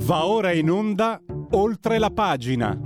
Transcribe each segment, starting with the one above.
Va ora in onda Oltre la pagina.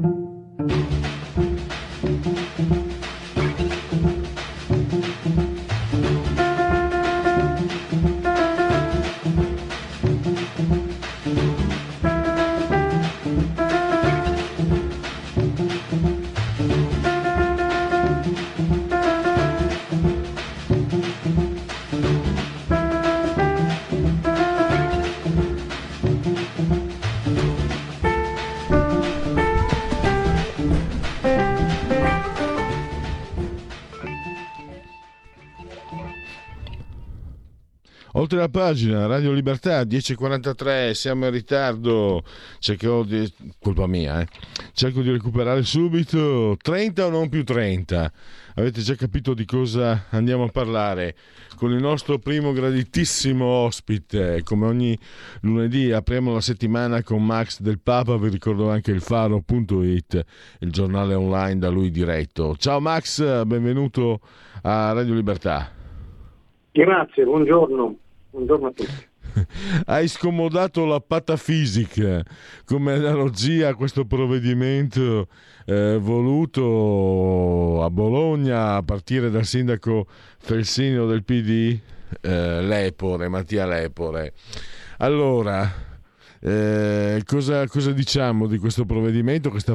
Oltre la pagina, Radio Libertà, 10.43, siamo in ritardo, colpa mia, cerco di recuperare subito, 30 o non più 30, avete già capito di cosa andiamo a parlare, con il nostro primo graditissimo ospite, come ogni lunedì apriamo la settimana con Max del Papa, vi ricordo anche il Faro.it, il giornale online da lui diretto. Ciao Max, benvenuto a Radio Libertà. Grazie, buongiorno a tutti. Hai scomodato la patafisica come analogia a questo provvedimento voluto a Bologna a partire dal sindaco Felsineo del PD, Mattia Lepore. Allora, cosa diciamo di questo provvedimento che sta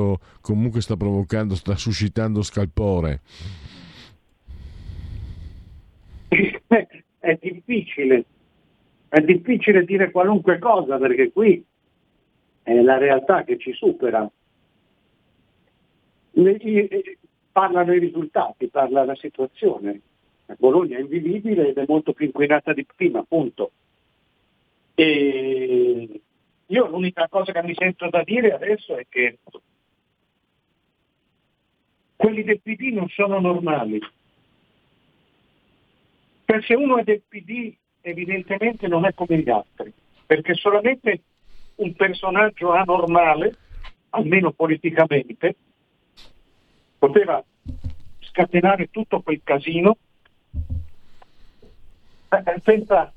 suscitando scalpore? È difficile dire qualunque cosa, perché qui è la realtà che ci supera. Parlano i risultati, parla la situazione. Bologna è invivibile ed è molto più inquinata di prima, appunto. E io l'unica cosa che mi sento da dire adesso è che quelli del PD non sono normali. Se uno è del PD evidentemente non è come gli altri, perché solamente un personaggio anormale, almeno politicamente, poteva scatenare tutto quel casino senza,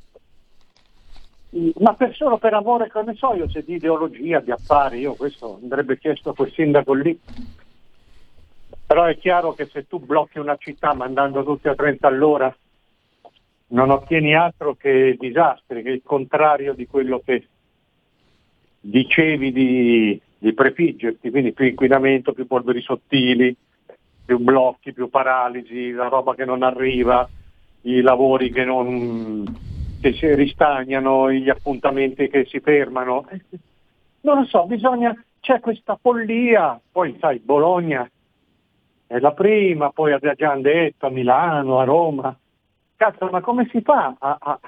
ma solo per amore, che ne so io, se di ideologia, di affari, io questo andrebbe chiesto a quel sindaco lì. Però è chiaro che se tu blocchi una città mandando tutti a 30 all'ora non ottieni altro che disastri, che il contrario di quello che dicevi di prefiggerti, quindi più inquinamento, più polveri sottili, più blocchi, più paralisi, la roba che non arriva, i lavori che si ristagnano, gli appuntamenti che si fermano. Non lo so, c'è questa follia, poi sai, Bologna è la prima, poi abbiamo detto a Milano, a Roma. Cazzo, ma come si fa a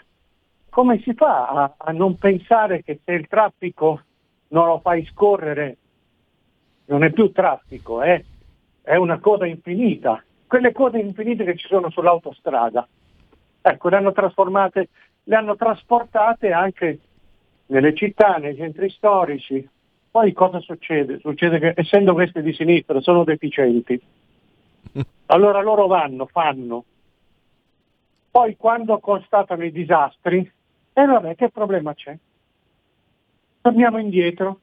non pensare che se il traffico non lo fai scorrere non è più traffico, è una coda infinita. Quelle code infinite che ci sono sull'autostrada, ecco, le hanno trasportate anche nelle città, nei centri storici. Poi cosa succede? Succede che, essendo questi di sinistra, sono deficienti. Allora loro fanno. Poi quando constatano i disastri, vabbè, che problema c'è? Torniamo indietro,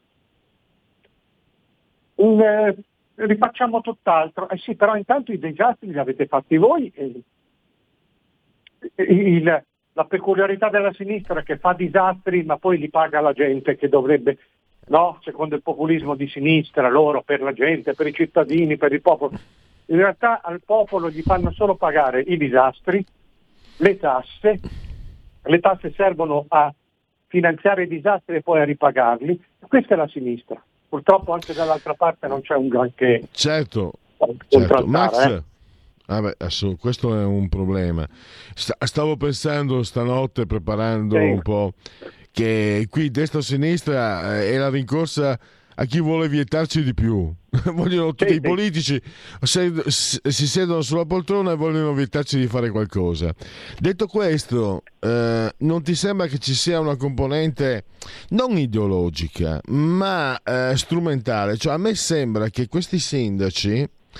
rifacciamo tutt'altro. Sì, però intanto i disastri li avete fatti voi. La peculiarità della sinistra è che fa disastri ma poi li paga la gente, che dovrebbe, no? Secondo il populismo di sinistra, loro per la gente, per i cittadini, per il popolo. In realtà al popolo gli fanno solo pagare i disastri. Le tasse servono a finanziare i disastri e poi a ripagarli. Questa è la sinistra. Purtroppo anche dall'altra parte non c'è un granché. Certo. Max, questo è un problema. Stavo pensando stanotte, preparando un po', che qui destra o sinistra è la rincorsa a chi vuole vietarci di più. Vogliono tutti i politici si siedono sulla poltrona e vogliono vietarci di fare qualcosa. Detto questo, non ti sembra che ci sia una componente non ideologica ma strumentale? Cioè, a me sembra che questi sindaci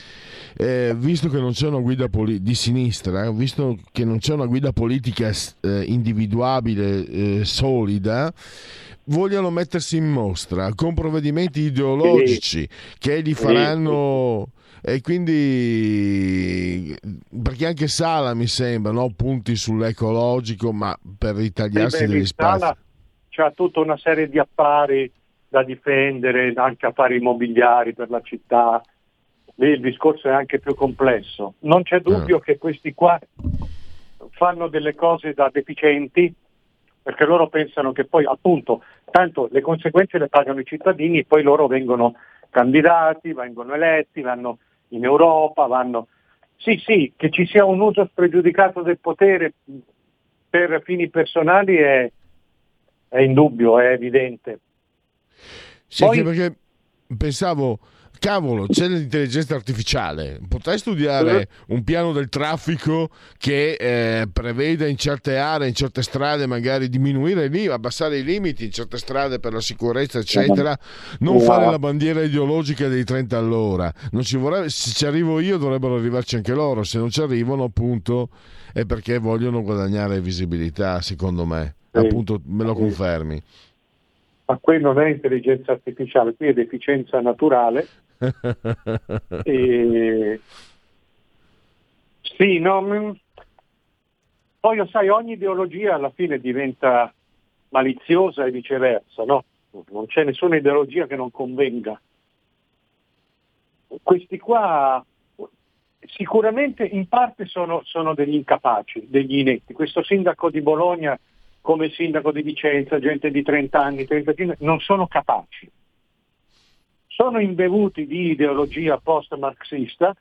visto che non c'è una guida di sinistra, visto che non c'è una guida politica individuabile, solida, vogliono mettersi in mostra con provvedimenti ideologici che li faranno. E quindi, perché anche Sala mi sembra, no? Punti sull'ecologico, ma per ritagliarsi degli spazi. Sala c'ha tutta una serie di affari da difendere, anche affari immobiliari per la città. Lì il discorso è anche più complesso. Non c'è dubbio che questi qua fanno delle cose da deficienti, perché loro pensano che poi, appunto, tanto le conseguenze le pagano i cittadini, poi loro vengono candidati, vengono eletti, vanno in Europa, sì, che ci sia un uso spregiudicato del potere per fini personali è indubbio, è evidente. Sì, poi, anche perché pensavo, cavolo, c'è l'intelligenza artificiale, potrei studiare un piano del traffico che preveda in certe aree, in certe strade magari diminuire abbassare i limiti in certe strade per la sicurezza eccetera, non fare la bandiera ideologica dei 30 all'ora. Non ci vorrebbe, se ci arrivo io dovrebbero arrivarci anche loro, se non ci arrivano appunto è perché vogliono guadagnare visibilità, secondo me. Appunto, me lo confermi? Ma qui non è intelligenza artificiale, qui è deficienza naturale. Sì, no. Poi sai, ogni ideologia alla fine diventa maliziosa e viceversa, no? Non c'è nessuna ideologia che non convenga. Questi qua sicuramente in parte sono degli incapaci, degli inetti. Questo sindaco di Bologna, come il sindaco di Vicenza, gente di 30 anni, 35, non sono capaci. Sono imbevuti di ideologia post-marxista,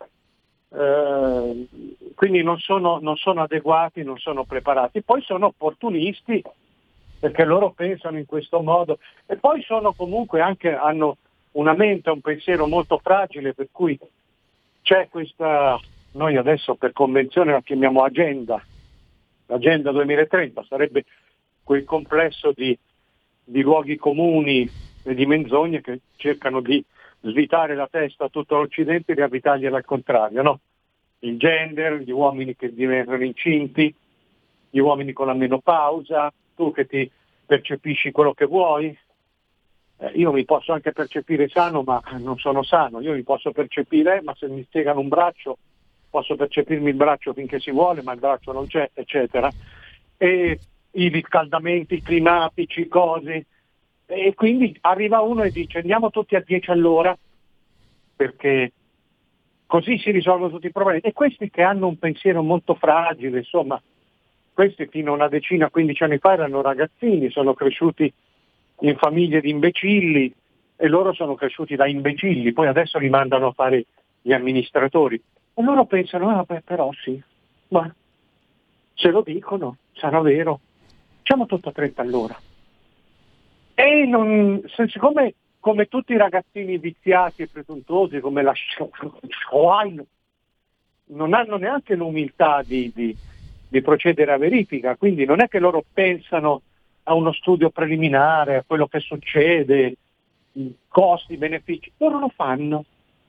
quindi non sono adeguati, non sono preparati. Poi sono opportunisti, perché loro pensano in questo modo. E poi sono comunque hanno una mente, un pensiero molto fragile, per cui c'è questa, noi adesso per convenzione la chiamiamo l'agenda 2030, sarebbe quel complesso di luoghi comuni e di menzogne che cercano di svitare la testa a tutto l'Occidente e riavvitargliela al contrario, no? Il gender, gli uomini che diventano incinti, gli uomini con la menopausa, tu che ti percepisci quello che vuoi. Io mi posso anche percepire sano, ma non sono sano. Io mi posso percepire, ma se mi spiegano un braccio, posso percepirmi il braccio finché si vuole, ma il braccio non c'è, eccetera. E i riscaldamenti climatici, cose. E quindi arriva uno e dice andiamo tutti a 10 all'ora, perché così si risolvono tutti i problemi. E questi che hanno un pensiero molto fragile, insomma, questi fino a una decina, 15 anni fa erano ragazzini, sono cresciuti in famiglie di imbecilli e loro sono cresciuti da imbecilli, poi adesso li mandano a fare gli amministratori. E loro pensano, però sì, ma se lo dicono, sarà vero, facciamo tutto a 30 all'ora. E siccome come tutti i ragazzini viziati e presuntuosi come la Schwein non hanno neanche l'umiltà di procedere a verifica, quindi non è che loro pensano a uno studio preliminare, a quello che succede, costi, benefici, loro lo fanno.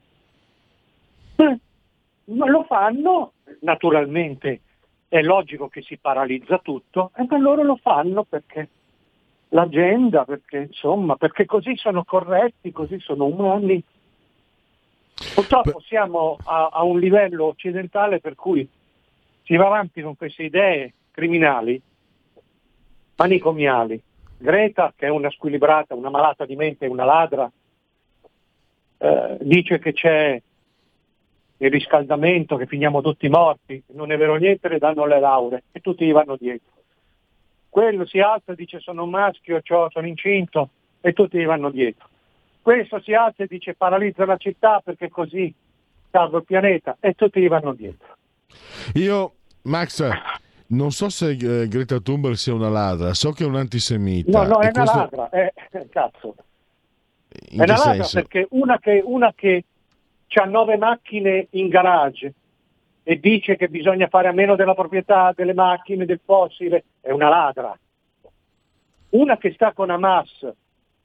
Ma lo fanno, naturalmente è logico che si paralizza tutto, e loro lo fanno perché l'agenda, perché così sono corretti, così sono umani. Purtroppo siamo a un livello occidentale per cui si va avanti con queste idee criminali, manicomiali. Greta, che è una squilibrata, una malata di mente, una ladra, dice che c'è il riscaldamento, che finiamo tutti morti, non è vero niente, le danno le lauree e tutti gli vanno dietro. Quello si alza e dice sono un maschio, sono incinto, e tutti gli vanno dietro. Questo si alza e dice paralizza la città perché così salvo il pianeta, e tutti gli vanno dietro. Io, Max, non so se Greta Thunberg sia una ladra, so che è un antisemita. No, è una ladra, cazzo. È una ladra perché una che ha 9 macchine in garage e dice che bisogna fare a meno della proprietà delle macchine, del fossile, è una ladra. Una che sta con Hamas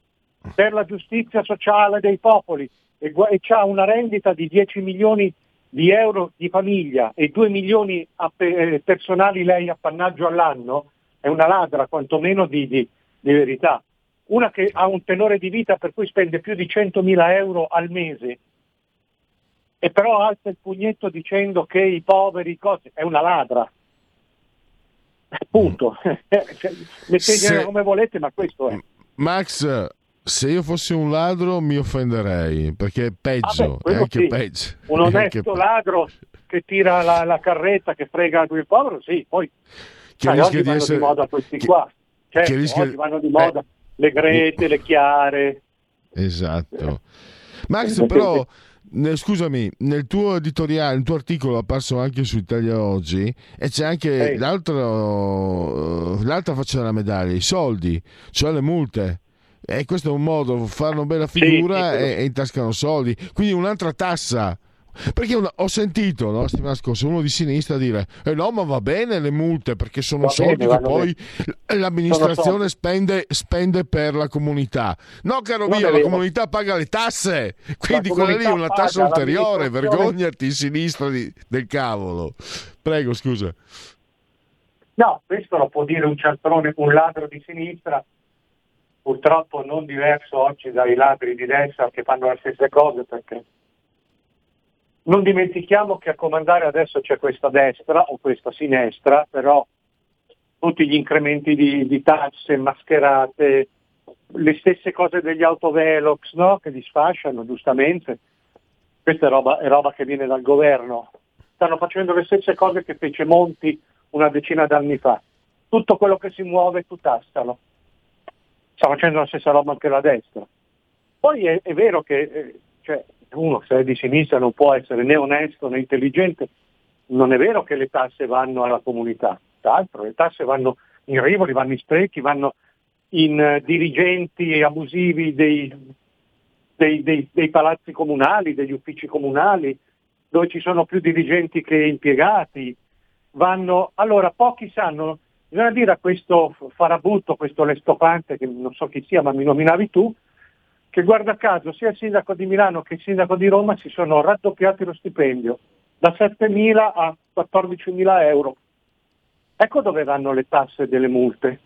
per la giustizia sociale dei popoli e ha una rendita di 10 milioni di euro di famiglia e 2 milioni personali lei appannaggio all'anno, è una ladra quantomeno di verità. Una che ha un tenore di vita per cui spende più di 100.000 euro al mese e però alza il pugnetto dicendo che i poveri cose, è una ladra. Punto. Mettetela come volete, ma questo è. Max, se io fossi un ladro mi offenderei, perché è peggio, è anche sì. peggio. Un onesto ladro che tira la carretta, che frega il povero, sì, poi oggi vanno di moda questi qua. Certo, oggi vanno di moda le Grete, le Chiare. Esatto. Max, però, scusami, nel tuo editoriale, nel tuo articolo apparso anche su Italia Oggi, e c'è anche l'altra faccia della medaglia, i soldi, cioè le multe. E questo è un modo di fare una bella figura, sì, e intascano soldi. Quindi un'altra tassa. Perché ho sentito, no, settimana scorsa, uno di sinistra dire no, ma va bene le multe perché sono soldi che poi l'amministrazione spende per la comunità. No, caro mio, la comunità paga le tasse, quindi quella lì è una tassa ulteriore. Vergognati, sinistra del cavolo. Prego, scusa. No, questo lo può dire un cialtrone, un ladro di sinistra, purtroppo non diverso oggi dai ladri di destra che fanno le stesse cose, perché non dimentichiamo che a comandare adesso c'è questa destra o questa sinistra, però tutti gli incrementi di tasse mascherate, le stesse cose degli autovelox, no? Che disfasciano giustamente, questa è roba che viene dal governo. Stanno facendo le stesse cose che fece Monti una decina d'anni fa. Tutto quello che si muove tu tassalo. Sta facendo la stessa roba anche la destra. Poi è vero che uno se è di sinistra non può essere né onesto né intelligente. Non è vero che le tasse vanno alla comunità, d'altro le tasse vanno in rivoli, vanno in sprechi, vanno in dirigenti abusivi dei palazzi comunali, degli uffici comunali, dove ci sono più dirigenti che impiegati. Allora pochi sanno, bisogna dire a questo farabutto, questo lestofante, che non so chi sia ma mi nominavi tu, che guarda caso sia il sindaco di Milano che il sindaco di Roma si sono raddoppiati lo stipendio da 7.000 a 14.000 euro. Ecco dove vanno le tasse delle multe.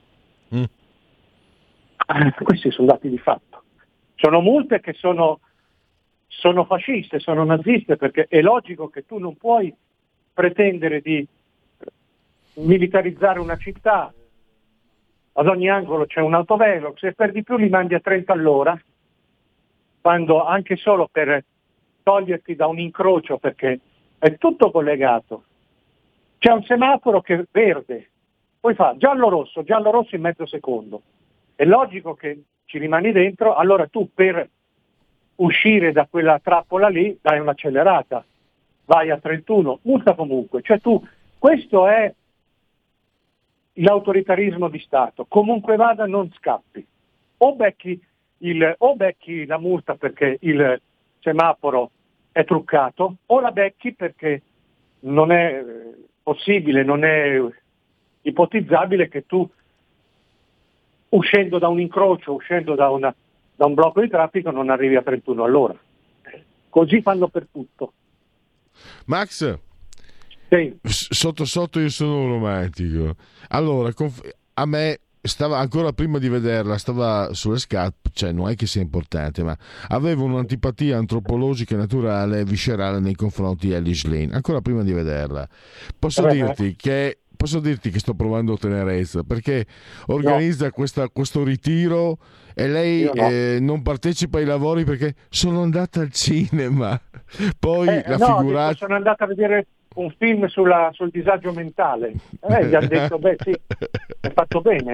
Questi sono dati di fatto. Sono multe che sono fasciste, sono naziste, perché è logico che tu non puoi pretendere di militarizzare una città. Ad ogni angolo c'è un autovelox e per di più li mandi a 30 all'ora, quando anche solo per toglierti da un incrocio, perché è tutto collegato. C'è un semaforo che è verde, poi fa giallo-rosso in mezzo secondo. È logico che ci rimani dentro, allora tu per uscire da quella trappola lì dai un'accelerata, vai a 31, multa comunque. Questo è l'autoritarismo di Stato, comunque vada non scappi, o becchi la multa perché il semaforo è truccato, o la becchi perché non è possibile, non è ipotizzabile che tu, uscendo da un incrocio, uscendo da un blocco di traffico, non arrivi a 31 all'ora. Così fanno per tutto. Max, sì. Sotto io sono un romantico. Allora, a me stava, ancora prima di vederla, stava sulle scarpe, cioè non è che sia importante, ma avevo un'antipatia antropologica naturale, viscerale nei confronti di Ellis Lane, ancora prima di vederla. Posso dirti che sto provando tenerezza, perché organizza questo ritiro e lei non partecipa ai lavori perché sono andata al cinema. Poi la figurata... sono andata a vedere un film sul disagio mentale. Gli hanno detto, sì, è fatto bene.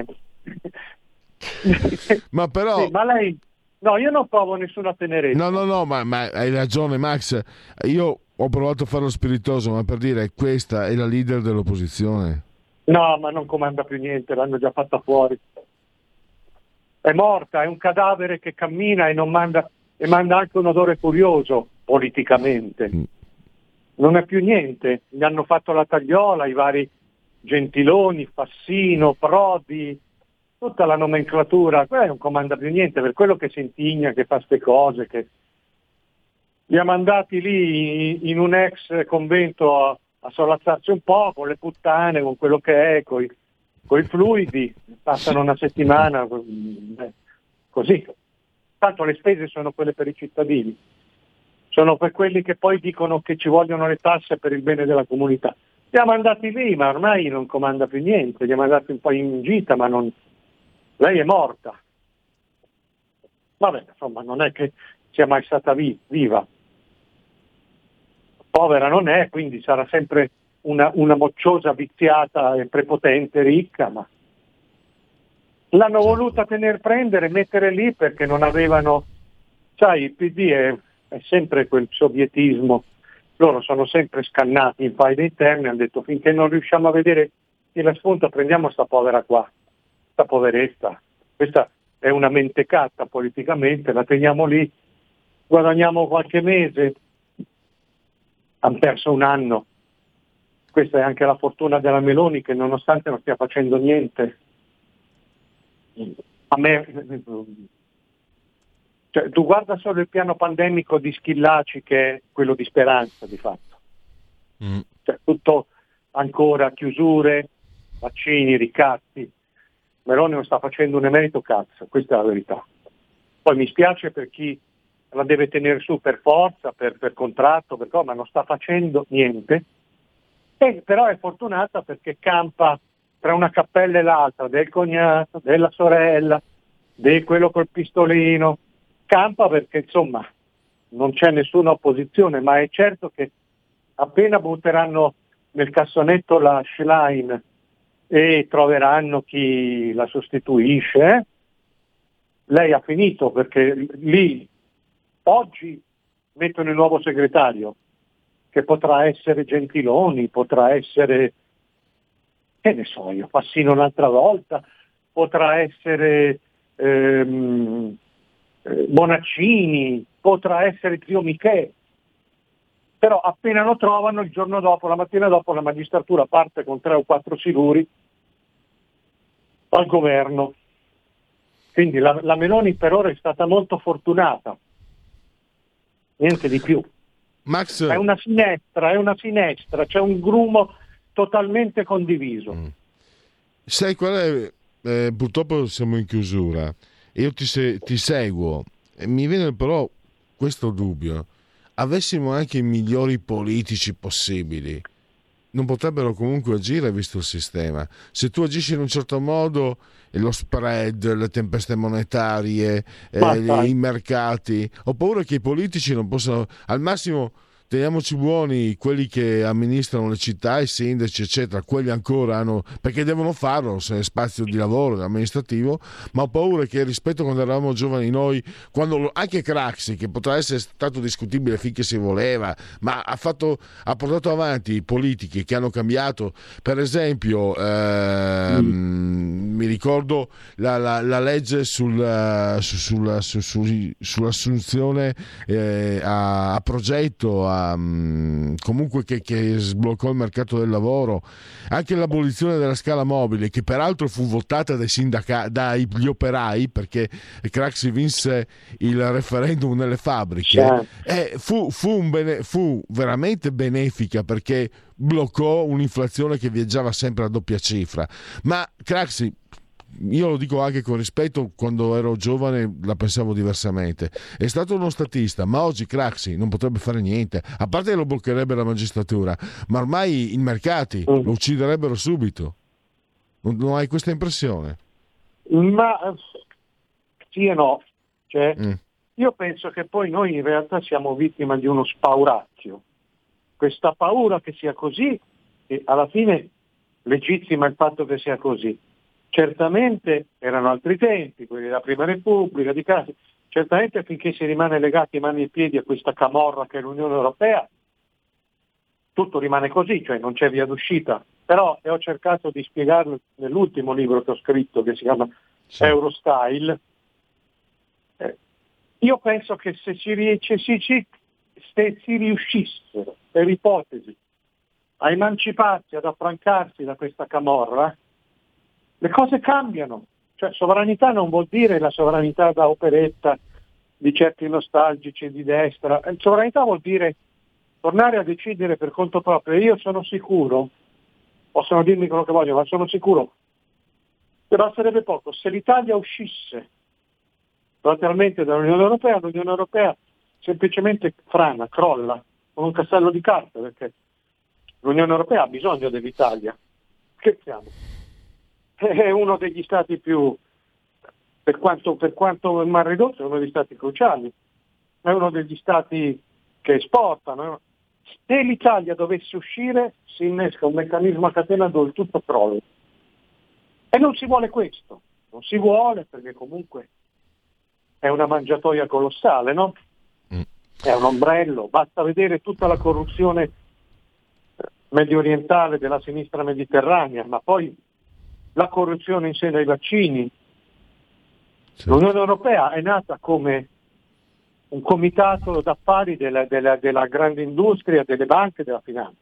Ma però... Sì, ma lei... No, io non provo nessuna tenerezza. No, ma hai ragione, Max. Io ho provato a fare lo spiritoso, ma per dire, questa è la leader dell'opposizione. No, ma non comanda più niente, l'hanno già fatta fuori. È morta, è un cadavere che cammina e manda anche un odore curioso politicamente. Non è più niente, gli hanno fatto la tagliola, i vari Gentiloni, Fassino, Prodi, tutta la nomenclatura, non comanda più niente, per quello che si intigna, che fa ste cose, che li ha mandati lì in un ex convento a solazzarsi un po' con le puttane, con quello che è, con i fluidi, passano una settimana così. Tanto le spese sono quelle per i cittadini, sono per quelli che poi dicono che ci vogliono le tasse per il bene della comunità. Li ha mandati lì, ma ormai non comanda più niente, li ha mandati un po' in gita, ma non... lei è morta. Vabbè, insomma, non è che sia mai stata viva. Povera non è, quindi sarà sempre una mocciosa, viziata e prepotente, ricca, ma l'hanno voluta prendere, mettere lì perché non avevano... Sai, il PD è sempre quel sovietismo, loro sono sempre scannati in faida interna e hanno detto finché non riusciamo a vedere chi la spunta prendiamo sta povera qua, sta poveretta, questa è una mentecatta politicamente, la teniamo lì, guadagniamo qualche mese, hanno perso un anno. Questa è anche la fortuna della Meloni, che nonostante non stia facendo niente, a me, cioè, tu guarda solo il piano pandemico di Schillaci, che è quello di Speranza di fatto. Cioè, tutto ancora chiusure, vaccini, ricatti. Meloni non sta facendo un emerito cazzo, questa è la verità. Poi mi spiace per chi la deve tenere su per forza, per contratto, ma non sta facendo niente. E però è fortunata perché campa tra una cappella e l'altra, del cognato, della sorella, di quello col pistolino. Campa perché insomma non c'è nessuna opposizione, ma è certo che appena butteranno nel cassonetto la Schlein e troveranno chi la sostituisce, lei ha finito, perché lì oggi mettono il nuovo segretario, che potrà essere Gentiloni, potrà essere, che ne so io, Fassino un'altra volta, potrà essere Bonaccini, potrà essere Zio Michè. Però appena lo trovano, il giorno dopo, la mattina dopo, la magistratura parte con 3 o 4 siluri al governo. Quindi la Meloni per ora è stata molto fortunata, niente di più. Max, È una finestra, c'è un grumo totalmente condiviso. Sai qual è? Purtroppo siamo in chiusura. Io ti seguo. Mi viene però questo dubbio. Avessimo anche i migliori politici possibili, non potrebbero comunque agire visto il sistema. Se tu agisci in un certo modo, lo spread, le tempeste monetarie, i mercati, ho paura che i politici non possano, al massimo teniamoci buoni quelli che amministrano le città, i sindaci eccetera, quelli ancora hanno, perché devono farlo se è spazio di lavoro amministrativo, ma ho paura che rispetto a quando eravamo giovani noi, quando anche Craxi, che potrà essere stato discutibile finché si voleva, ma ha portato avanti politiche che hanno cambiato, per esempio mi ricordo la legge sull'assunzione a progetto, comunque che sbloccò il mercato del lavoro, anche l'abolizione della scala mobile, che peraltro fu votata dagli operai, perché Craxi vinse il referendum nelle fabbriche, fu veramente benefica perché bloccò un'inflazione che viaggiava sempre a doppia cifra. Ma Craxi, io lo dico anche con rispetto, quando ero giovane la pensavo diversamente, è stato uno statista, ma oggi Craxi non potrebbe fare niente, a parte che lo bloccherebbe la magistratura, ma ormai i mercati lo ucciderebbero subito. Non hai questa impressione? Ma sì e no, cioè, io penso che poi noi in realtà siamo vittima di uno spaurazio, questa paura che sia così, e alla fine legittima il fatto che sia così. Certamente erano altri tempi, quelli della Prima Repubblica, di Casi. Certamente finché si rimane legati mani e piedi a questa camorra che è l'Unione Europea, tutto rimane così, cioè non c'è via d'uscita. Però, e ho cercato di spiegarlo nell'ultimo libro che ho scritto, che si chiama Eurostyle, io penso che se si riuscissero, per ipotesi, a emanciparsi, ad affrancarsi da questa camorra, le cose cambiano. Cioè, sovranità non vuol dire la sovranità da operetta di certi nostalgici di destra. Sovranità vuol dire tornare a decidere per conto proprio. Io sono sicuro, possono dirmi quello che vogliono, ma sono sicuro che basterebbe poco. Se l'Italia uscisse lateralmente dall'Unione Europea, l'Unione Europea semplicemente frana, crolla, con un castello di carte, perché l'Unione Europea ha bisogno dell'Italia. Scherziamo. È uno degli stati più, per quanto mal ridotto, è uno degli stati cruciali, è uno degli stati che esportano. Se l'Italia dovesse uscire, si innesca un meccanismo a catena dove tutto crolla. E non si vuole questo, non si vuole perché comunque è una mangiatoia colossale, no? È un ombrello, basta vedere tutta la corruzione medio orientale della sinistra mediterranea, ma poi la corruzione in seno ai vaccini. Sì. L'Unione Europea è nata come un comitato d'affari della grande industria, delle banche, della finanza.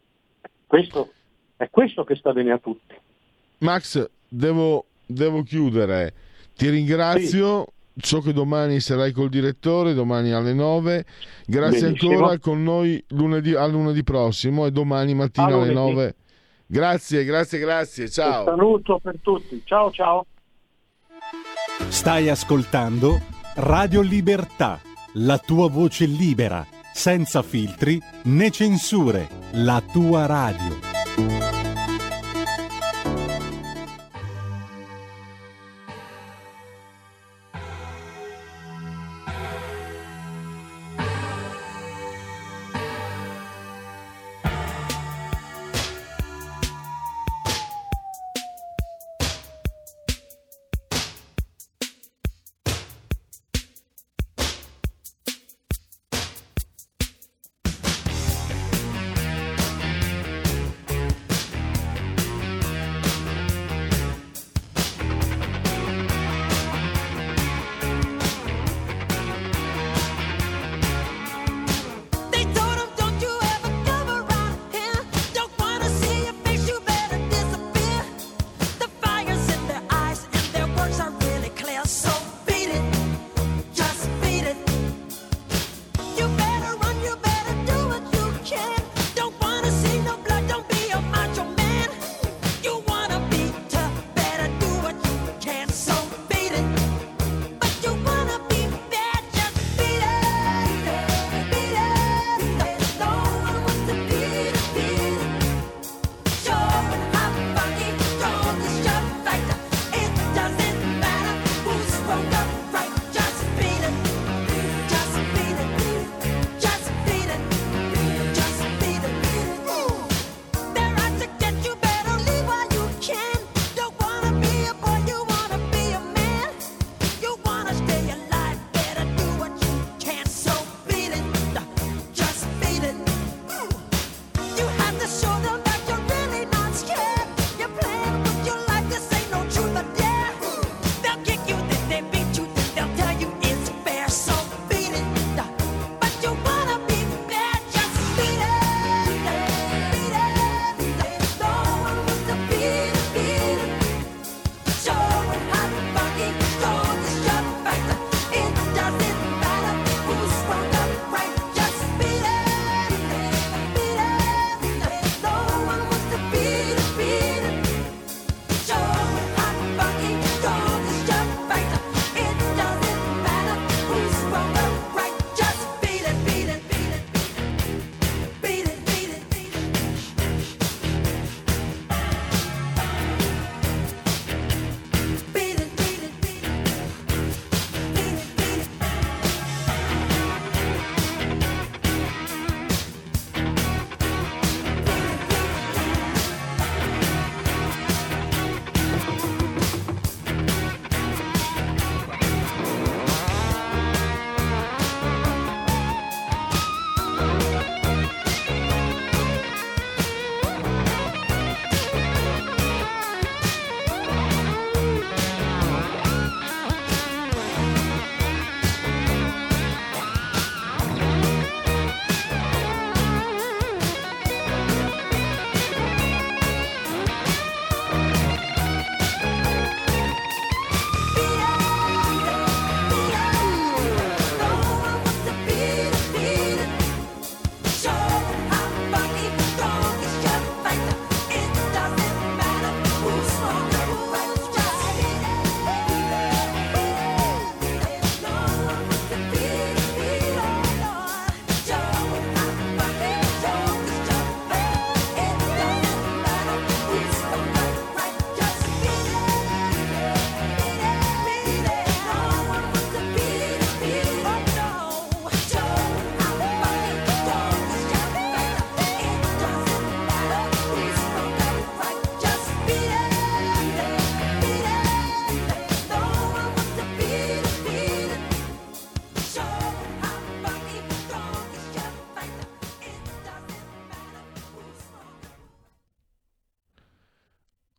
È questo che sta bene a tutti. Max, devo chiudere. Ti ringrazio. Sì. So che domani sarai col direttore, domani alle 9. Grazie. Benissimo. Ancora con noi lunedì prossimo e domani mattina alle 9. Grazie. Ciao. Un saluto per tutti. Ciao. Stai ascoltando Radio Libertà, la tua voce libera, senza filtri né censure, la tua radio.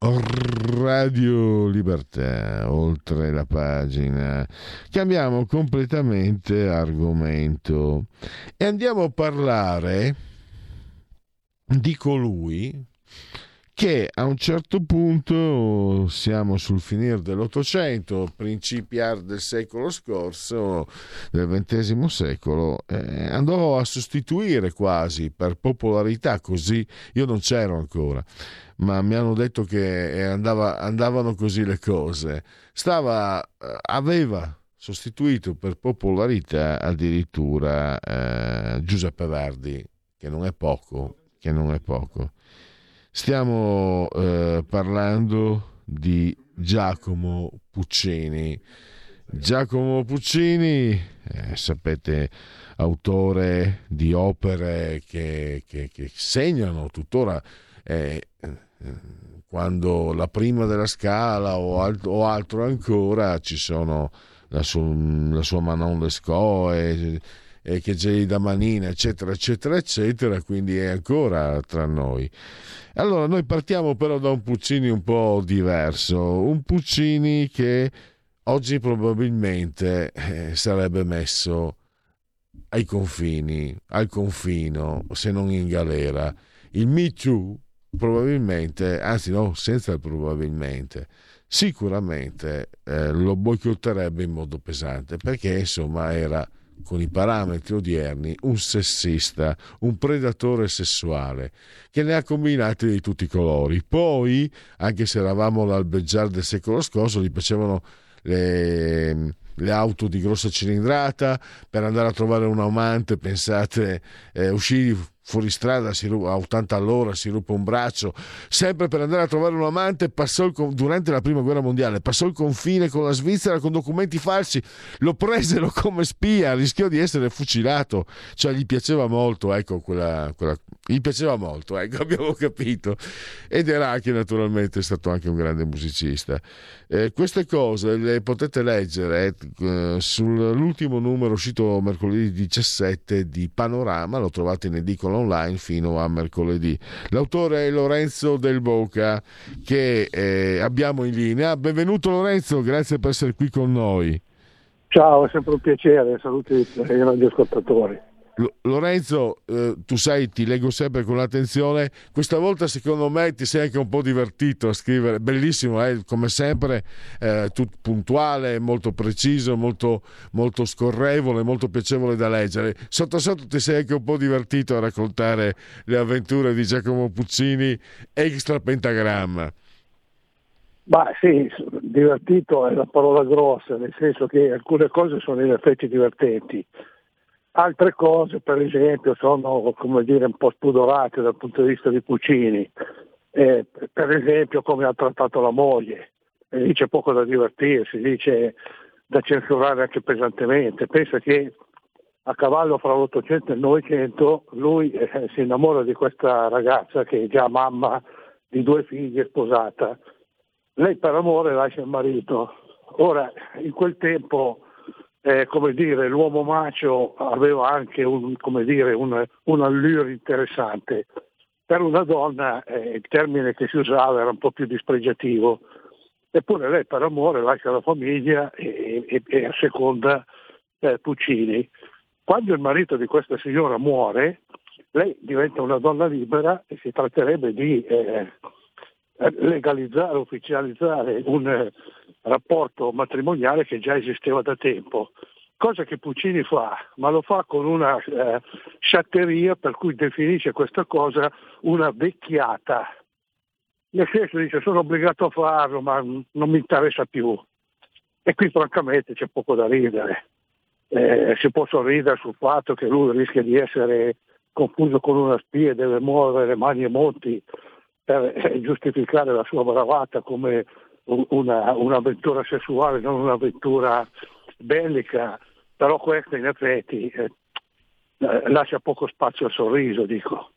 Radio Libertà, oltre la pagina. Cambiamo completamente argomento e andiamo a parlare di colui che a un certo punto, siamo sul finire dell'Ottocento, principiare del secolo scorso, del XX secolo, andò a sostituire quasi per popolarità, così io non c'ero ancora, ma mi hanno detto che andavano così le cose. Aveva sostituito per popolarità addirittura Giuseppe Verdi, che non è poco. Stiamo parlando di Giacomo Puccini. Giacomo Puccini, sapete, autore di opere che segnano tuttora, quando la prima della Scala o altro ancora, ci sono la sua Manon Lescaut e che gelida manina, eccetera eccetera eccetera, quindi è ancora tra noi. Allora noi partiamo però da un Puccini un po' diverso, un Puccini che oggi probabilmente sarebbe messo ai confini, al confino, se non in galera. Il Me Too probabilmente, anzi no, senza il probabilmente, sicuramente lo boicotterebbe in modo pesante, perché insomma era, con i parametri odierni, un sessista, un predatore sessuale che ne ha combinati di tutti i colori. Poi, anche se eravamo all'albeggiare del secolo scorso, gli piacevano le auto di grossa cilindrata per andare a trovare un amante. Pensate, uscì fuori strada a 80 all'ora, si ruppe un braccio, sempre per andare a trovare un amante. Durante la prima guerra mondiale passò il confine con la Svizzera con documenti falsi, lo presero come spia, rischiò di essere fucilato. Cioè gli piaceva molto, ecco, gli piaceva molto, ecco, abbiamo capito. Ed era anche, naturalmente, stato anche un grande musicista. Queste cose le potete leggere sull'ultimo numero uscito mercoledì 17 di Panorama, lo trovate in edicola online fino a mercoledì. L'autore è Lorenzo Del Boca, che abbiamo in linea. Benvenuto Lorenzo, grazie per essere qui con noi. Ciao, è sempre un piacere, saluti ai radioascoltatori. Lorenzo, tu sai, ti leggo sempre con attenzione. Questa volta secondo me ti sei anche un po' divertito a scrivere. Bellissimo, come sempre, tutto puntuale, molto preciso, molto, molto scorrevole, molto piacevole da leggere. Sotto sotto ti sei anche un po' divertito a raccontare le avventure di Giacomo Puccini extra pentagramma. Ma sì, divertito è la parola grossa, nel senso che alcune cose sono in effetti divertenti. Altre cose, per esempio, sono, come dire, un po' spudorate dal punto di vista di Puccini. Per esempio, come ha trattato la moglie. E lì c'è poco da divertirsi, lì c'è da censurare anche pesantemente. Pensa che a cavallo fra l'800 e il 900 lui si innamora di questa ragazza che è già mamma di 2 figli, sposata. Lei per amore lascia il marito. Ora, in quel tempo, come dire, l'uomo macio aveva anche un allure interessante. Per una donna il termine che si usava era un po' più dispregiativo, eppure lei per amore lascia la famiglia e asseconda Puccini. Quando il marito di questa signora muore, lei diventa una donna libera e si tratterebbe di legalizzare, ufficializzare un rapporto matrimoniale che già esisteva da tempo, cosa che Puccini fa, ma lo fa con una sciatteria per cui definisce questa cosa una vecchiata. Nel senso, dice: sono obbligato a farlo, ma non mi interessa più. E qui francamente c'è poco da ridere. Si può sorridere sul fatto che lui rischia di essere confuso con una spia e deve muovere mani e monti per giustificare la sua bravata come un'avventura sessuale, non un'avventura bellica, però questa in effetti lascia poco spazio al sorriso, dico.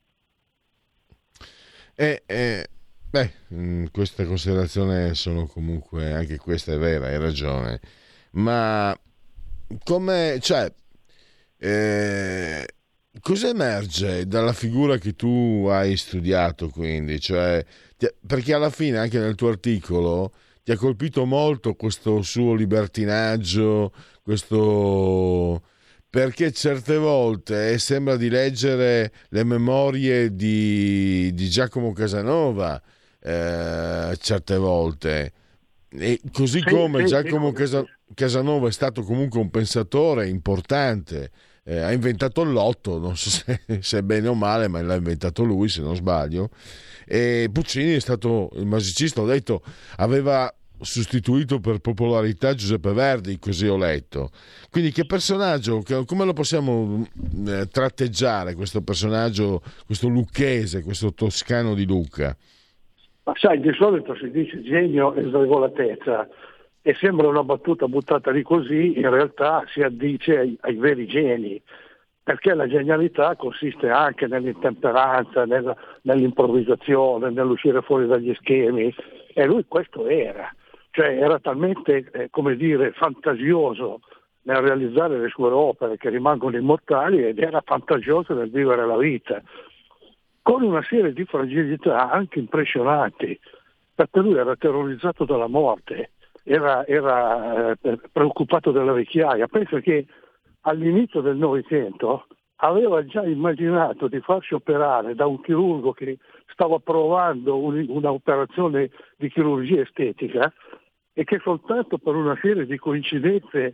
Queste considerazioni sono comunque, anche questa è vera, hai ragione, ma come, cioè, cosa emerge dalla figura che tu hai studiato, quindi? Cioè, perché alla fine, anche nel tuo articolo, ti ha colpito molto questo suo libertinaggio, questo... perché certe volte sembra di leggere le memorie di Giacomo Casanova, certe volte. E così come Giacomo Casanova è stato comunque un pensatore importante, ha inventato il lotto, non so se è bene o male, ma l'ha inventato lui, se non sbaglio. E Puccini è stato il musicista, ho detto, aveva sostituito per popolarità Giuseppe Verdi, così ho letto. Quindi che personaggio, come lo possiamo tratteggiare questo personaggio, questo lucchese, questo toscano di Lucca? Ma sai, di solito si dice genio e sregolatezza e sembra una battuta buttata lì così, in realtà si addice ai veri geni, perché la genialità consiste anche nell'intemperanza, nell'improvvisazione, nell'uscire fuori dagli schemi, e lui questo era, cioè era talmente, come dire, fantasioso nel realizzare le sue opere che rimangono immortali, ed era fantasioso nel vivere la vita, con una serie di fragilità anche impressionanti, perché lui era terrorizzato dalla morte, era preoccupato della vecchiaia. Penso che all'inizio del Novecento aveva già immaginato di farsi operare da un chirurgo che stava provando un'operazione di chirurgia estetica, e che soltanto per una serie di coincidenze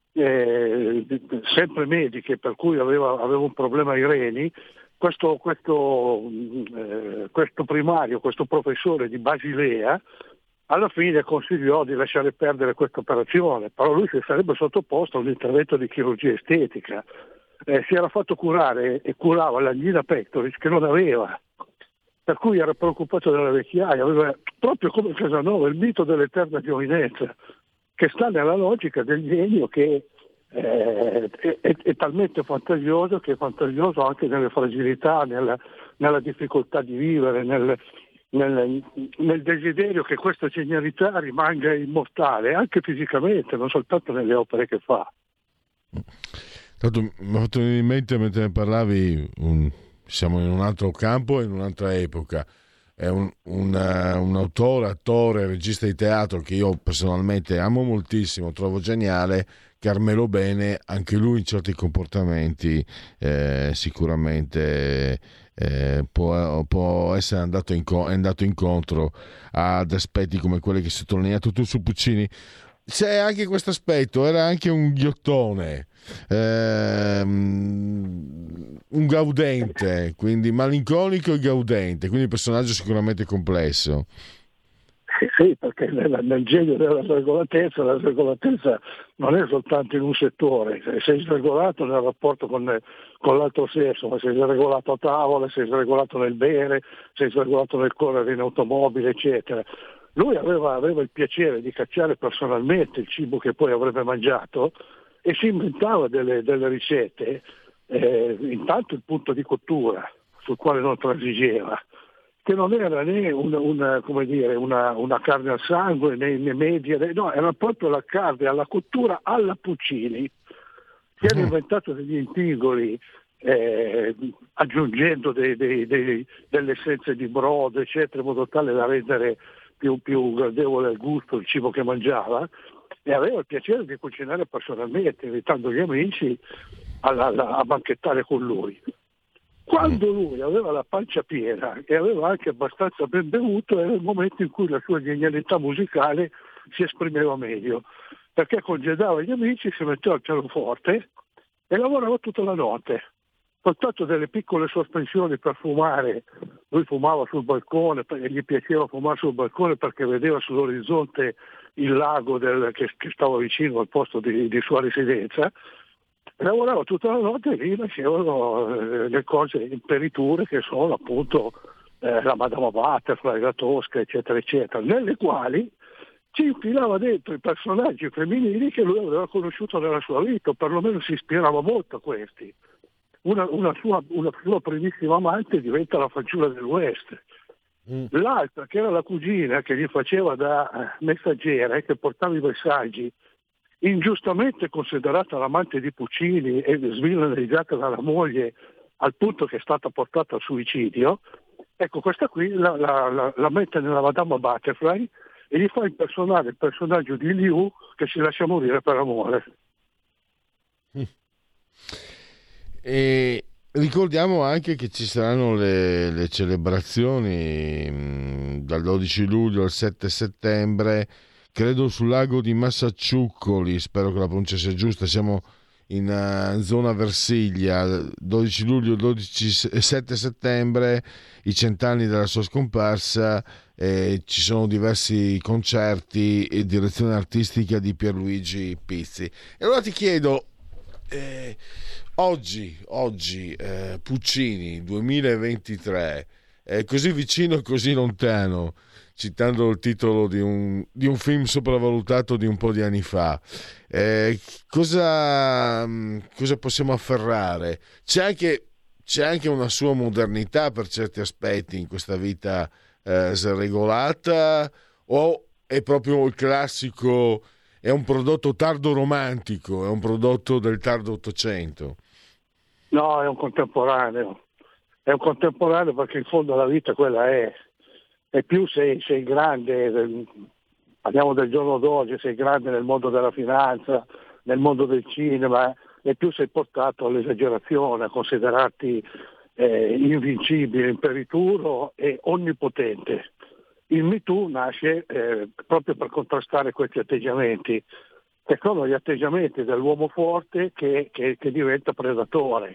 sempre mediche, per cui aveva un problema ai reni, questo primario, questo professore di Basilea, alla fine consigliò di lasciare perdere questa operazione, però lui si sarebbe sottoposto a un intervento di chirurgia estetica. Si era fatto curare e curava l'angina pectoris che non aveva, per cui era preoccupato della vecchiaia, aveva, proprio come Casanova, il mito dell'eterna giovinezza, che sta nella logica del genio che è talmente fantasioso che è fantasioso anche nelle fragilità, nella difficoltà di vivere, nel desiderio che questa genialità rimanga immortale, anche fisicamente, non soltanto nelle opere che fa. Tanto mi ha fatto venire in mente mentre ne parlavi, siamo in un altro campo e in un'altra epoca. È un autore, attore, regista di teatro che io personalmente amo moltissimo, trovo geniale, Carmelo Bene, anche lui in certi comportamenti sicuramente può essere andato incontro ad aspetti come quelli che hai sottolineato tu su Puccini. C'è anche questo aspetto, era anche un ghiottone, un gaudente, quindi malinconico e gaudente, quindi un personaggio sicuramente complesso. Sì, perché nel genio della sregolatezza, la sregolatezza non è soltanto in un settore, sei sregolato nel rapporto con l'altro sesso, ma sei sregolato a tavola, sei sregolato nel bere, sei sregolato nel correre in automobile, eccetera. Lui aveva il piacere di cacciare personalmente il cibo che poi avrebbe mangiato e si inventava delle ricette, intanto il punto di cottura sul quale non transigeva, che non era né una carne al sangue né media, no, era proprio la carne alla cottura alla Puccini. Si era inventato degli intigoli aggiungendo delle essenze di brodo, eccetera, in modo tale da rendere più gradevole al gusto il cibo che mangiava, e aveva il piacere di cucinare personalmente, invitando gli amici a banchettare con lui. Quando lui aveva la pancia piena e aveva anche abbastanza ben bevuto, era il momento in cui la sua genialità musicale si esprimeva meglio, perché congedava gli amici, si metteva al pianoforte e lavorava tutta la notte. Soltanto delle piccole sospensioni per fumare, lui fumava sul balcone, e gli piaceva fumare sul balcone perché vedeva sull'orizzonte il lago che stava vicino al posto di sua residenza. Lavorava tutta la notte e lì nascevano le cose imperiture che sono appunto la Madama Butterfly, la Tosca, eccetera, eccetera, nelle quali ci infilava dentro i personaggi femminili che lui aveva conosciuto nella sua vita, o perlomeno si ispirava molto a questi. Una sua primissima amante diventa la fanciulla del West. L'altra, che era la cugina che gli faceva da messaggera e che portava i messaggi, ingiustamente considerata l'amante di Puccini e svilanizzata dalla moglie al punto che è stata portata al suicidio. Ecco, questa qui la mette nella Madama Butterfly e gli fa impersonare il personaggio di Liu che si lascia morire per amore. E ricordiamo anche che ci saranno le celebrazioni dal 12 luglio al 7 settembre, credo sul lago di Massaciuccoli, spero che la pronuncia sia giusta, siamo in zona Versiglia, 12 luglio, 7 settembre, i 100 anni della sua scomparsa, ci sono diversi concerti e direzione artistica di Pierluigi Pizzi. E allora ti chiedo, oggi Puccini 2023, così vicino e così lontano, citando il titolo di un film sopravvalutato di un po' di anni fa, cosa possiamo afferrare? C'è anche una sua modernità per certi aspetti in questa vita sregolata, o è proprio il classico, è un prodotto tardo romantico, è un prodotto del tardo Ottocento? No, è un contemporaneo perché in fondo la vita quella è. E più sei grande, parliamo del giorno d'oggi, sei grande nel mondo della finanza, nel mondo del cinema, e più sei portato all'esagerazione, a considerarti invincibile, imperituro e onnipotente. Il Me Too nasce proprio per contrastare questi atteggiamenti, che sono gli atteggiamenti dell'uomo forte che diventa predatore.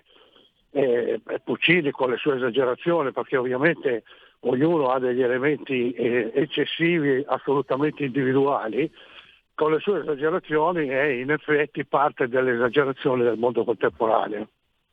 Puccini con le sue esagerazioni, perché ovviamente ognuno ha degli elementi eccessivi, assolutamente individuali, con le sue esagerazioni è in effetti parte delle esagerazioni del mondo contemporaneo.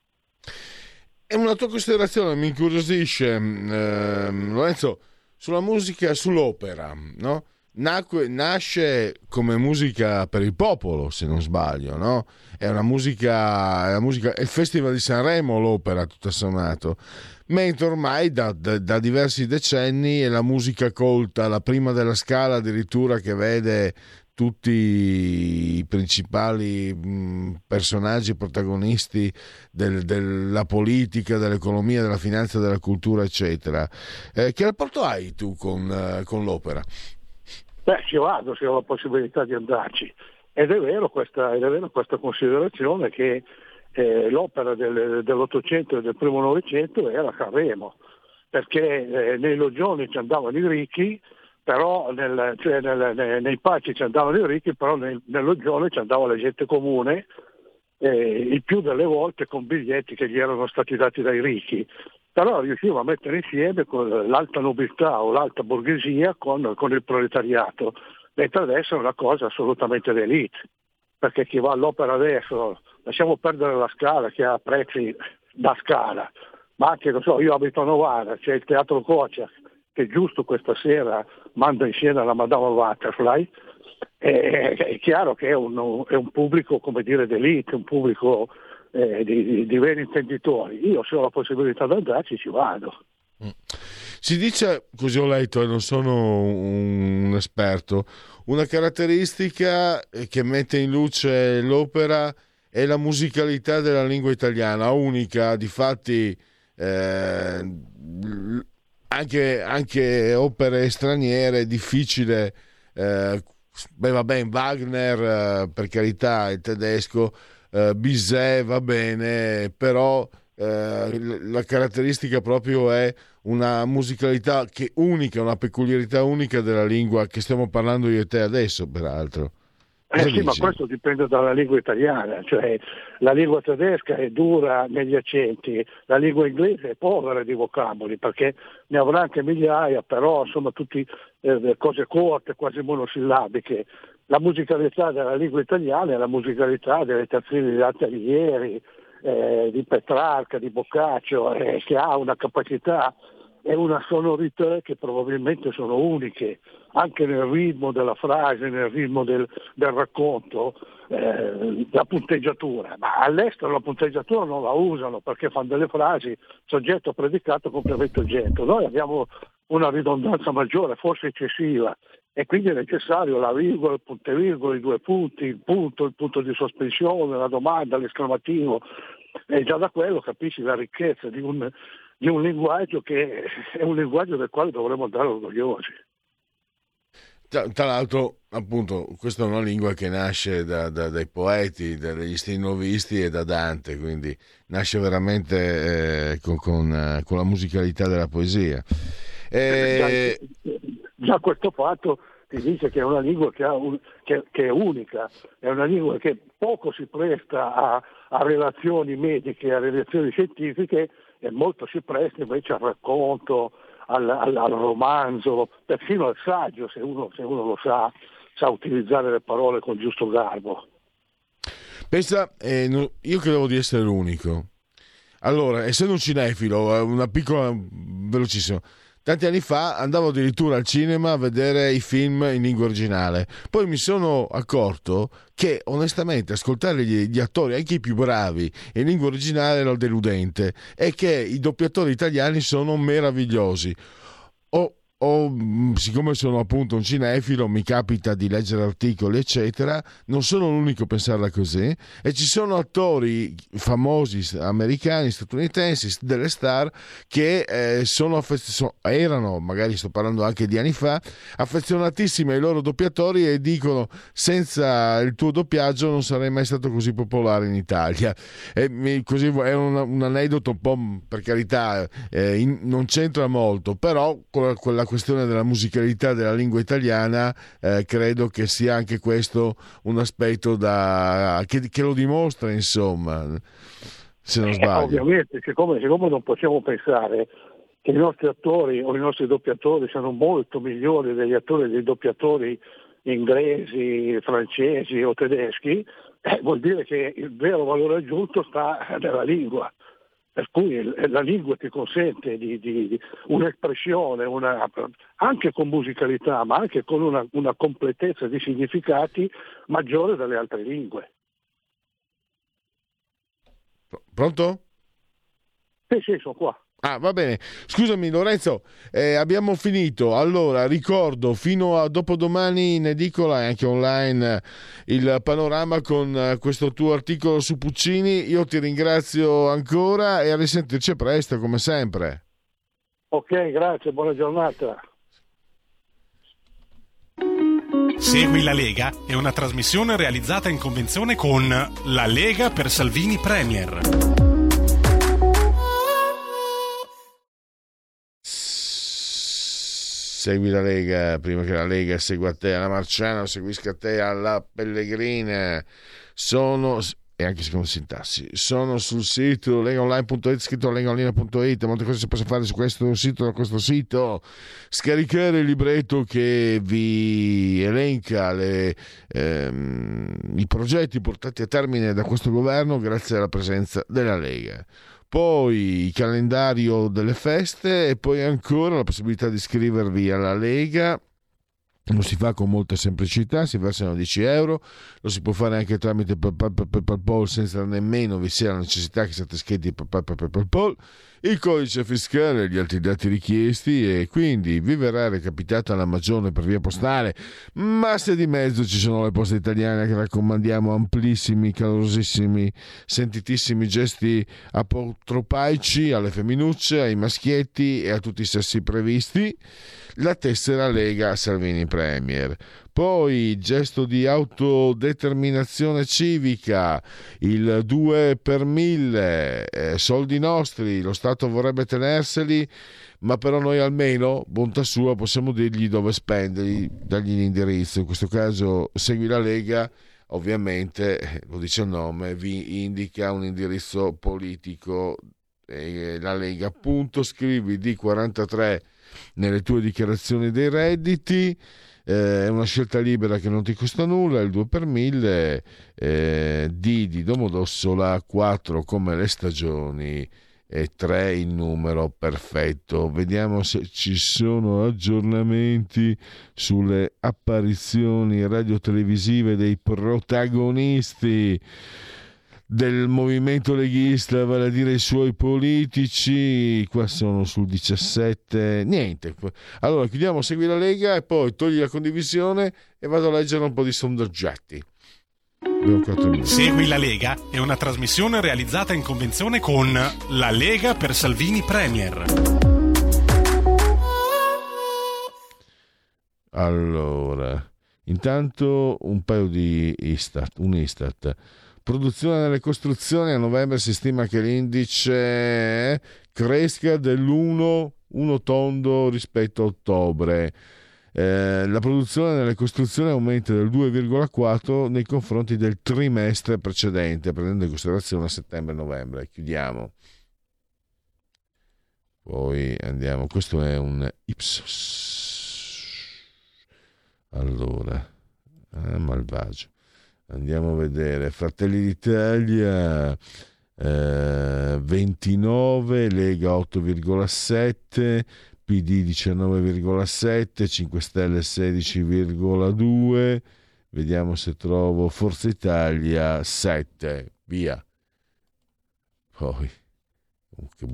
È una tua considerazione, mi incuriosisce, Lorenzo, sulla musica, sull'opera, no? Nasce come musica per il popolo, se non sbaglio, no? È una musica, è il Festival di Sanremo, l'opera, tutto sommato, mentre ormai da diversi decenni è la musica colta, la prima della scala addirittura, che vede tutti i principali personaggi protagonisti della politica, dell'economia, della finanza, della cultura, eccetera. Che rapporto hai tu con l'opera? Beh, ci vado se ho la possibilità di andarci. Ed è vero questa considerazione che l'opera dell'Ottocento e del primo Novecento era Sanremo, perché nei loggioni ci andavano i ricchi, però nei palchi ci andavano i ricchi, però nel loggione ci andava la gente comune, il più delle volte con biglietti che gli erano stati dati dai ricchi. Però riusciva a mettere insieme con l'alta nobiltà o l'alta borghesia con il proletariato, mentre adesso è una cosa assolutamente d'élite, perché chi va all'opera adesso, lasciamo perdere la Scala che ha prezzi da Scala, ma anche, non so, io abito a Novara, c'è il Teatro Kocak, che giusto questa sera manda in scena la Madama Butterfly, è chiaro che è un pubblico, come dire, d'élite, un pubblico di veri intenditori. Io, se ho la possibilità di andarci, ci vado. Si dice, così ho letto e non sono un esperto, una caratteristica che mette in luce l'opera è la musicalità della lingua italiana, unica, difatti anche opere straniere è difficile, Wagner, per carità, il tedesco, Bizet va bene, però la caratteristica proprio è una musicalità che unica, una peculiarità unica della lingua che stiamo parlando io e te adesso, peraltro. Sì, ma questo dipende dalla lingua italiana, cioè la lingua tedesca è dura negli accenti, la lingua inglese è povera di vocaboli, perché ne avrà anche migliaia, però insomma tutte cose corte, quasi monosillabiche. La musicalità della lingua italiana è la musicalità delle terzine di Dante Alighieri, di Petrarca, di Boccaccio, che ha una capacità e una sonorità che probabilmente sono uniche, anche nel ritmo della frase, nel ritmo del racconto, la punteggiatura. Ma all'estero la punteggiatura non la usano perché fanno delle frasi soggetto, predicato, complemento, oggetto. Noi abbiamo una ridondanza maggiore, forse eccessiva, e quindi è necessario la virgola, il puntevirgola, i due punti, il punto di sospensione, la domanda, l'esclamativo. E già da quello capisci la ricchezza di un linguaggio che è un linguaggio del quale dovremmo andare orgogliosi. Tra l'altro, appunto, questa è una lingua che nasce dai poeti, dagli stenovisti e da Dante, quindi nasce veramente con la musicalità della poesia. Già questo fatto ti dice che è una lingua che è unica, è una lingua che poco si presta a relazioni mediche, a relazioni scientifiche, e molto si presta invece al racconto, al romanzo, persino al saggio, se uno lo sa utilizzare le parole con giusto garbo. Pensa, io credevo di essere l'unico. Allora, essendo un cinefilo, una piccola, velocissimo, tanti anni fa andavo addirittura al cinema a vedere i film in lingua originale. Poi mi sono accorto che onestamente ascoltare gli attori, anche i più bravi, in lingua originale era deludente, e che i doppiatori italiani sono meravigliosi. Siccome sono appunto un cinefilo, mi capita di leggere articoli eccetera, non sono l'unico a pensarla così, e ci sono attori famosi americani, statunitensi, delle star che erano, magari sto parlando anche di anni fa, affezionatissimi ai loro doppiatori e dicono: senza il tuo doppiaggio non sarei mai stato così popolare in Italia. Così è un aneddoto, un po', per carità, non c'entra molto, però con la questione della musicalità della lingua italiana, credo che sia anche questo un aspetto che lo dimostra, insomma, se non sbaglio. Ovviamente, siccome non possiamo pensare che i nostri attori o i nostri doppiatori siano molto migliori degli attori e dei doppiatori inglesi, francesi o tedeschi, vuol dire che il vero valore aggiunto sta nella lingua. Per cui la lingua ti consente di un'espressione, anche con musicalità, ma anche con una completezza di significati maggiore delle altre lingue. Pronto? Sì, sono qua. Ah, va bene. Scusami Lorenzo, abbiamo finito. Allora, ricordo, fino a dopodomani in edicola e anche online il panorama con questo tuo articolo su Puccini. Io ti ringrazio ancora e a risentirci presto, come sempre. Ok, grazie, buona giornata. Segui la Lega è una trasmissione realizzata in convenzione con La Lega per Salvini Premier. Segui la Lega prima che la Lega segua te, alla Marciana seguisca te, alla Pellegrina. E anche secondo sintassi, sono sul sito legaonline.it, scritto legaonline.it. Molte cose si possono fare su questo sito, da questo sito. Scaricare il libretto che vi elenca i progetti portati a termine da questo governo grazie alla presenza della Lega. Poi il calendario delle feste, e poi ancora la possibilità di iscrivervi alla Lega. Lo si fa con molta semplicità, si versano 10 euro, lo si può fare anche tramite PayPal senza nemmeno vi sia la necessità che siate iscritti PayPal, il codice fiscale e gli altri dati richiesti, e quindi vi verrà recapitata la magione per via postale. Ma se di mezzo ci sono le poste italiane, che raccomandiamo, amplissimi, calorosissimi, sentitissimi gesti apotropaici alle femminucce, ai maschietti e a tutti i sessi previsti, la tessera Lega Salvini Premier. Poi gesto di autodeterminazione civica, il 2 per 1000, soldi nostri, lo Stato vorrebbe tenerseli, ma però noi almeno, bontà sua, possiamo dirgli dove spenderli, dargli l'indirizzo. In questo caso segui la Lega, ovviamente, lo dice il nome, vi indica un indirizzo politico, la Lega, appunto, scrivi D43 nelle tue dichiarazioni dei redditi. È una scelta libera che non ti costa nulla. Il 2 per 1000, D di Domodossola, 4 come le stagioni e 3 il numero perfetto. Vediamo se ci sono aggiornamenti sulle apparizioni radiotelevisive dei protagonisti del movimento leghista, vale a dire i suoi politici. Qua sono sul 17, niente. Allora chiudiamo Segui la Lega e poi togli la condivisione e vado a leggere un po' di sondaggetti. Abbiamo 4 minuti. Segui la Lega è una trasmissione realizzata in convenzione con La Lega per Salvini Premier. Allora, intanto un paio di Istat. Produzione nelle costruzioni, a novembre si stima che l'indice cresca dell'1 tondo rispetto a ottobre. La produzione nelle costruzioni aumenta del 2,4 nei confronti del trimestre precedente, prendendo in considerazione settembre-novembre. Chiudiamo. Poi andiamo, questo è un Ipsos. Allora, malvagio. Andiamo a vedere. Fratelli d'Italia 29, Lega 8,7, PD 19,7, 5 Stelle 16,2. Vediamo se trovo Forza Italia 7. Via. Poi che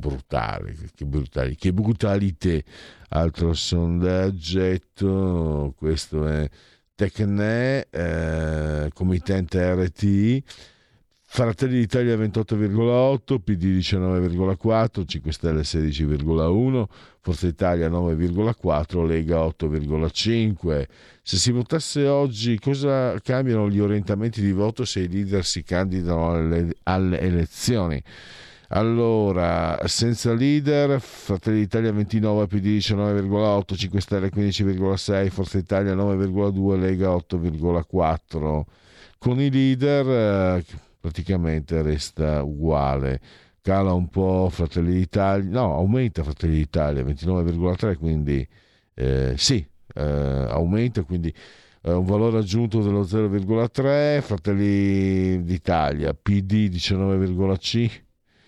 brutalità. Altro sondaggetto, questo è Tecne, committente RT. Fratelli d'Italia 28,8, PD 19,4, 5 Stelle 16,1, Forza Italia 9,4, Lega 8,5. Se si votasse oggi, cosa cambiano gli orientamenti di voto se i leader si candidano alle elezioni? Allora, senza leader, Fratelli d'Italia 29, PD 19,8, 5 Stelle 15,6, Forza Italia 9,2, Lega 8,4. Con i leader praticamente resta uguale, cala un po' Fratelli d'Italia, no, aumenta Fratelli d'Italia 29,3, quindi aumenta, quindi un valore aggiunto dello 0,3. Fratelli d'Italia PD 19,5,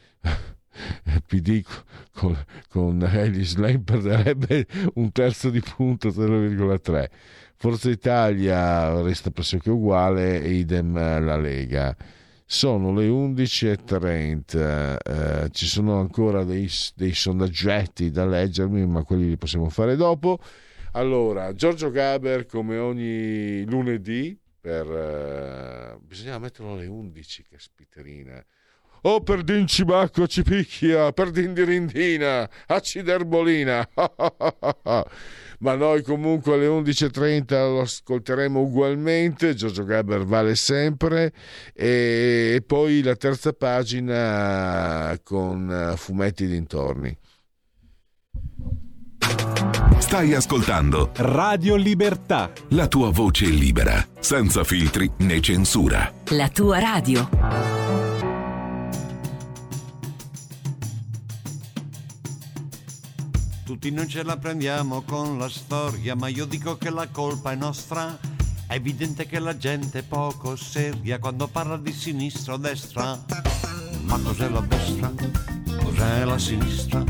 PD con Ellis Lane perderebbe un terzo di punto, 0,3. Forza Italia resta pressoché uguale, idem la Lega. Sono le 11:30, ci sono ancora dei sondaggetti da leggermi, ma quelli li possiamo fare dopo. Allora, Giorgio Gaber, come ogni lunedì, bisogna metterlo alle 11, che spiterina. Oh, per din cibacco ci picchia, per din dirindina, acciderbolina. Ma noi comunque alle 11:30 lo ascolteremo ugualmente. Giorgio Gaber vale sempre. E poi la terza pagina con fumetti dintorni. Stai ascoltando Radio Libertà, la tua voce libera, senza filtri né censura. La tua radio. Tutti noi ce la prendiamo con la storia, ma io dico che la colpa è nostra. È evidente che la gente è poco seria quando parla di sinistra o destra. Ma cos'è la destra? Cos'è la sinistra?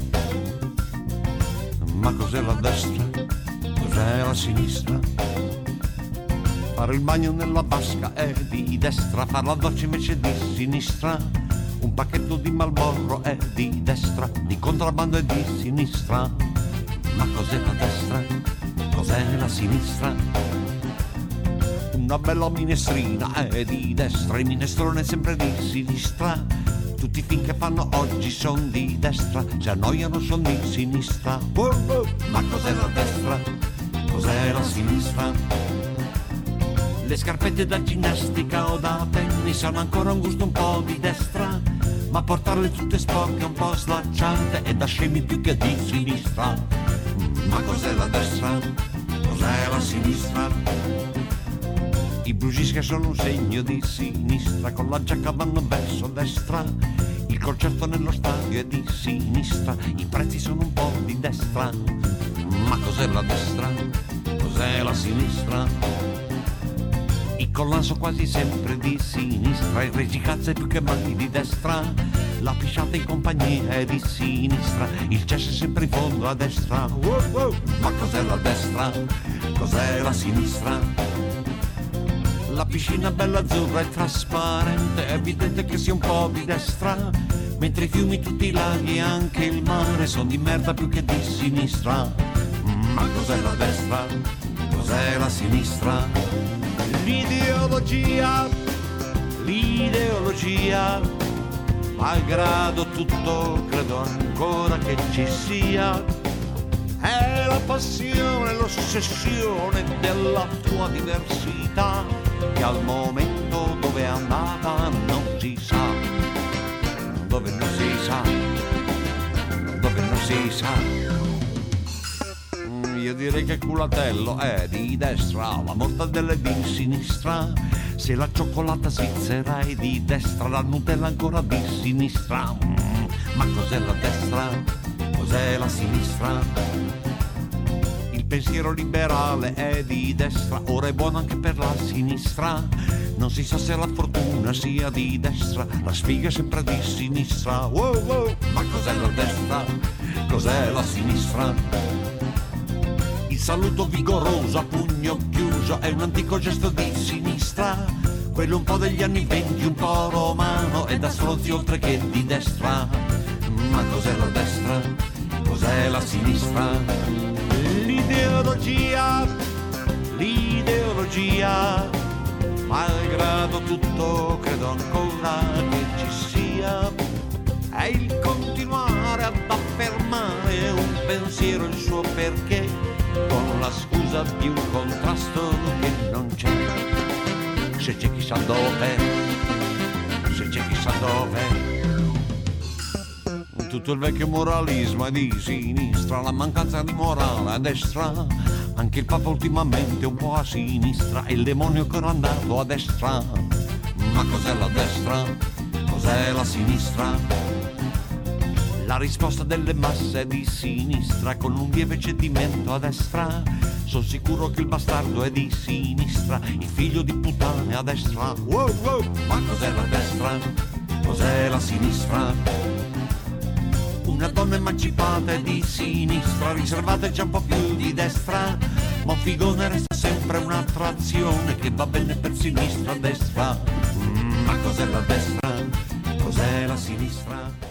Ma cos'è la destra? Cos'è la sinistra? Fare il bagno nella vasca è di destra, fare la doccia invece di sinistra. Un pacchetto di Marlboro è di destra, di contrabbando è di sinistra. Ma cos'è la destra? Cos'è la sinistra? Una bella minestrina è di destra, il minestrone è sempre di sinistra. Tutti i film che fanno oggi sono di destra, se annoiano sono di sinistra. Ma cos'è la destra? Cos'è la sinistra? Le scarpette da ginnastica o da tennis hanno ancora un gusto un po' di destra, ma portarle tutte sporche è un po' slacciante e da scemi più che di sinistra. Ma cos'è la destra? Cos'è la sinistra? I blues che sono un segno di sinistra, con la giacca vanno verso destra. Il concerto nello stadio è di sinistra, i prezzi sono un po' di destra. Ma cos'è la destra? Cos'è la sinistra? Il collanzo quasi sempre di sinistra, il regicazzo è più che mai di destra. La pisciata in compagnia è di sinistra, il cesso è sempre in fondo a destra. Ma cos'è la destra? Cos'è la sinistra? La piscina bella azzurra e trasparente, è evidente che sia un po' di destra. Mentre i fiumi, tutti i laghi e anche il mare sono di merda più che di sinistra. Ma cos'è la destra? Cos'è la sinistra? L'ideologia l'ideologia, malgrado tutto credo ancora che ci sia, è la passione, l'ossessione della tua diversità, che al momento dove è andata non si sa, dove non si sa, dove non si sa. Io direi che il culatello è di destra, la mortadella è di sinistra, se la cioccolata svizzera è di destra, la Nutella ancora di sinistra. Ma cos'è la destra? Cos'è la sinistra? Il pensiero liberale è di destra, ora è buono anche per la sinistra. Non si sa se la fortuna sia di destra, la sfiga è sempre di sinistra. Wow, wow. Ma cos'è la destra? Cos'è la sinistra? Il saluto vigoroso a pugno chiuso è un antico gesto di sinistra, quello un po' degli anni 20, un po' romano e da stronzi oltre che di destra. Ma cos'è la destra? Cos'è la sinistra? L'ideologia, l'ideologia, malgrado tutto credo ancora che ci sia, è il continuare ad affermare un pensiero, il suo perché, con la scusa di un contrasto che non c'è. Se c'è chissà dove, se c'è chissà dove. Tutto il vecchio moralismo è di sinistra, la mancanza di morale a destra, anche il Papa ultimamente un po' a sinistra, e il demonio che era andato a destra. Ma cos'è la destra? Cos'è la sinistra? La risposta delle masse è di sinistra, con un lieve cedimento a destra. Sono sicuro che il bastardo è di sinistra, il figlio di puttane a destra. Wow, wow. Ma cos'è la destra? Cos'è la sinistra? Una donna emancipata è di sinistra, riservata è già un po' più di destra, ma un figone resta sempre un'attrazione che va bene per sinistra, destra. Ma cos'è la destra? Cos'è la sinistra?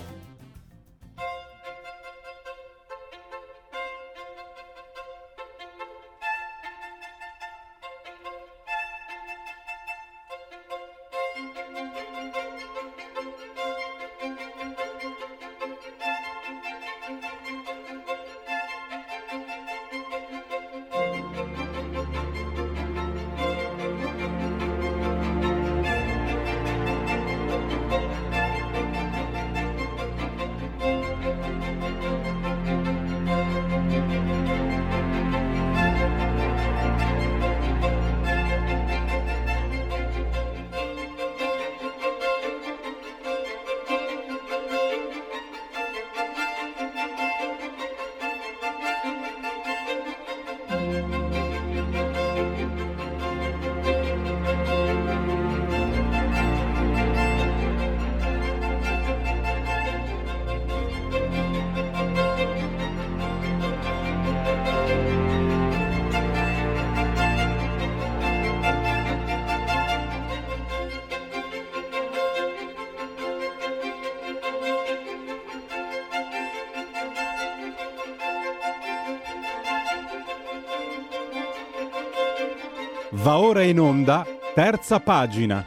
Va ora in onda, terza pagina.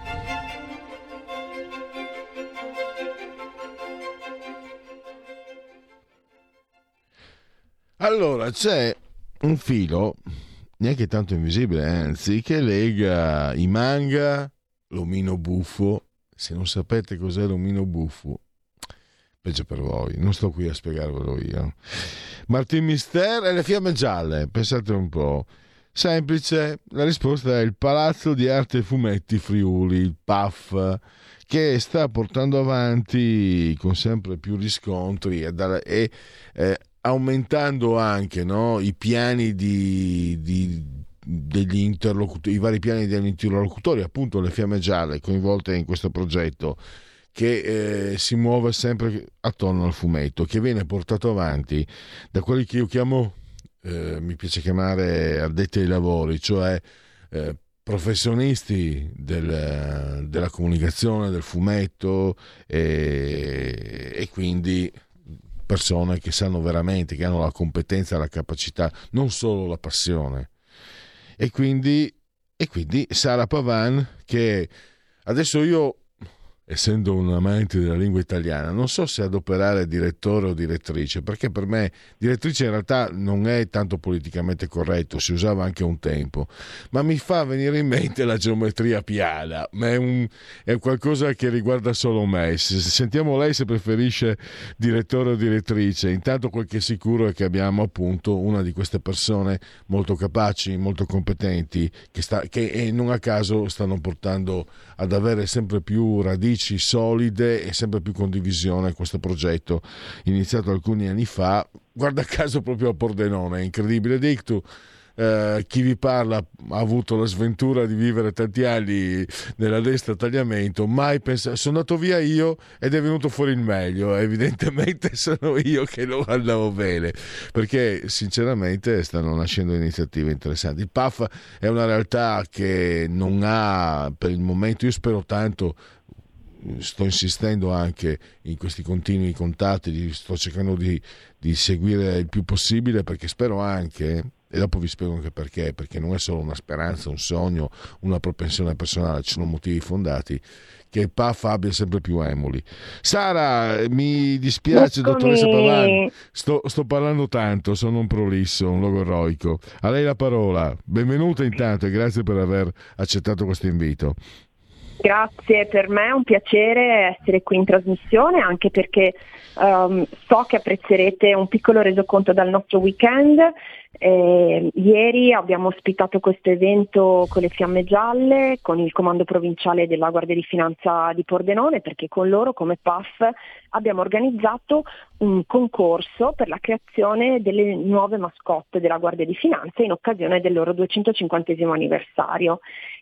Allora, c'è un filo, neanche tanto invisibile, anzi, che lega i manga, l'omino buffo. Se non sapete cos'è l'omino buffo, peggio per voi, non sto qui a spiegarvelo io. Martin Mister e le fiamme gialle, pensate un po'. Semplice, la risposta è il Palazzo di Arte e Fumetti Friuli, il PAF, che sta portando avanti con sempre più riscontri e aumentando anche, no, i piani degli interlocutori, i vari piani degli interlocutori, appunto le fiamme gialle coinvolte in questo progetto che si muove sempre attorno al fumetto, che viene portato avanti da quelli che io chiamo mi piace chiamare addetti ai lavori, cioè professionisti della comunicazione, del fumetto e quindi persone che sanno veramente, che hanno la competenza, la capacità, non solo la passione. E quindi Sara Pavan, che Adesso io, essendo un amante della lingua italiana, non so se adoperare direttore o direttrice, perché per me direttrice in realtà non è tanto politicamente corretto, si usava anche un tempo, ma mi fa venire in mente la geometria piana, ma è qualcosa che riguarda solo me. Sentiamo lei se preferisce direttore o direttrice. Intanto quel che è sicuro è che abbiamo appunto una di queste persone molto capaci, molto competenti, che non a caso stanno portando ad avere sempre più radici solide e sempre più condivisione questo progetto iniziato alcuni anni fa, guarda caso proprio a Pordenone. È incredibile. Dictu, chi vi parla ha avuto la sventura di vivere tanti anni nella destra tagliamento, mai pensato, sono andato via io ed è venuto fuori il meglio. Evidentemente sono io che non andavo bene, perché sinceramente stanno nascendo iniziative interessanti. Il PAF è una realtà che non ha per il momento, io spero tanto, sto insistendo anche in questi continui contatti, sto cercando di seguire il più possibile, perché spero anche, e dopo vi spiego anche perché non è solo una speranza, un sogno, una propensione personale, ci sono motivi fondati, che il PAF abbia sempre più emuli. Sara, mi dispiace, dottoressa Pavani, sto parlando tanto, sono un prolisso, un logorroico. A lei la parola. Benvenuta intanto e grazie per aver accettato questo invito. Grazie, per me è un piacere essere qui in trasmissione, anche perché so che apprezzerete un piccolo resoconto dal nostro weekend. Ieri abbiamo ospitato questo evento con le Fiamme Gialle, con il comando provinciale della Guardia di Finanza di Pordenone, perché con loro come PAF abbiamo organizzato un concorso per la creazione delle nuove mascotte della Guardia di Finanza in occasione del loro 250° anniversario.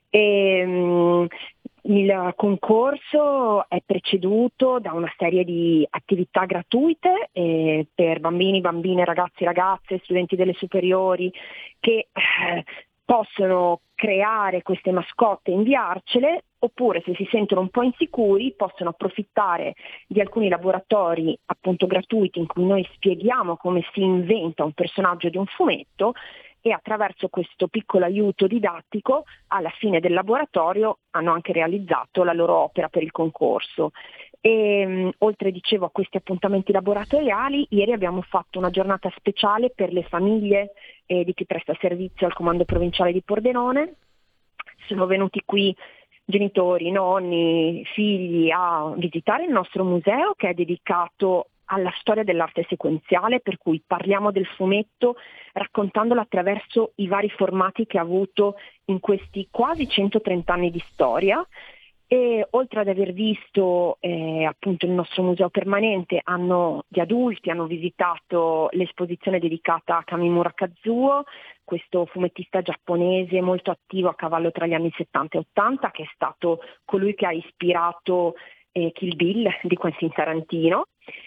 Il concorso è preceduto da una serie di attività gratuite per bambini, bambine, ragazzi, ragazze, studenti delle superiori che possono creare queste mascotte e inviarcele, oppure se si sentono un po' insicuri possono approfittare di alcuni laboratori appunto gratuiti in cui noi spieghiamo come si inventa un personaggio di un fumetto, e attraverso questo piccolo aiuto didattico alla fine del laboratorio hanno anche realizzato la loro opera per il concorso. E oltre, dicevo, a questi appuntamenti laboratoriali, ieri abbiamo fatto una giornata speciale per le famiglie di chi presta servizio al comando provinciale di Pordenone. Sono venuti qui genitori, nonni, figli a visitare il nostro museo, che è dedicato alla storia dell'arte sequenziale, per cui parliamo del fumetto raccontandolo attraverso i vari formati che ha avuto in questi quasi 130 anni di storia. E oltre ad aver visto appunto il nostro museo permanente, gli adulti hanno visitato l'esposizione dedicata a Kamimura Kazuo, questo fumettista giapponese molto attivo a cavallo tra gli anni 70 e 80, che è stato colui che ha ispirato Kill Bill di Quentin Tarantino.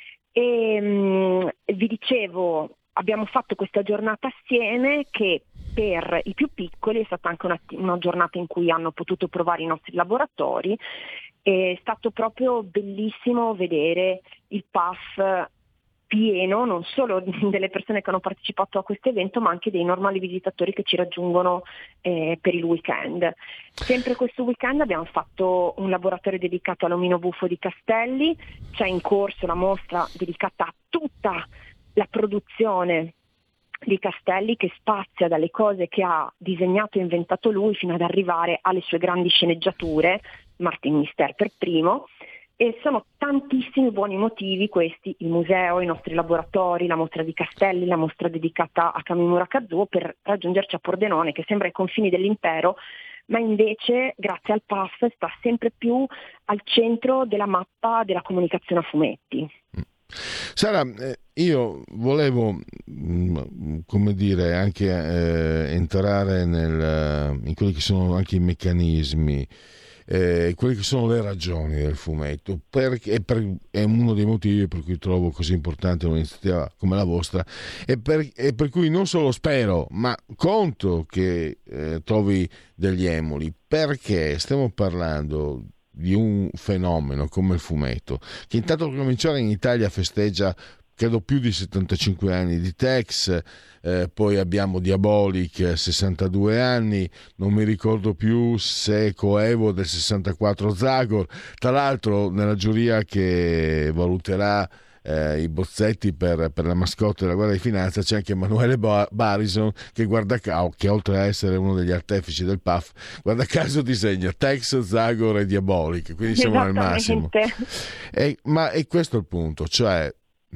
E vi dicevo, abbiamo fatto questa giornata assieme che per i più piccoli è stata anche una giornata in cui hanno potuto provare i nostri laboratori. È stato proprio bellissimo vedere il PAF pieno, non solo delle persone che hanno partecipato a questo evento, ma anche dei normali visitatori che ci raggiungono per il weekend. Sempre questo weekend abbiamo fatto un laboratorio dedicato all'omino buffo di Castelli, c'è in corso la mostra dedicata a tutta la produzione di Castelli, che spazia dalle cose che ha disegnato e inventato lui fino ad arrivare alle sue grandi sceneggiature, Martin Mister per primo. E sono tantissimi buoni motivi questi, il museo, i nostri laboratori, la mostra di Castelli, la mostra dedicata a Kamimura Kazuo, per raggiungerci a Pordenone, che sembra ai confini dell'impero, ma invece grazie al PAF sta sempre più al centro della mappa della comunicazione a fumetti. Sara, io volevo, come dire, anche entrare in quelli che sono anche i meccanismi, quelle che sono le ragioni del fumetto, è uno dei motivi per cui trovo così importante un'iniziativa come la vostra, e per cui non solo spero, ma conto che trovi degli emuli, perché stiamo parlando di un fenomeno come il fumetto, che intanto per cominciare in Italia festeggia credo più di 75 anni di Tex, poi abbiamo Diabolic 62 anni, non mi ricordo più se Coevo del 64 Zagor. Tra l'altro nella giuria che valuterà i bozzetti per la mascotte della Guardia di Finanza c'è anche Emanuele Barison che che oltre a essere uno degli artefici del PAF, guarda caso disegna Tex, Zagor e Diabolic, quindi siamo al massimo. Ma è questo il punto, cioè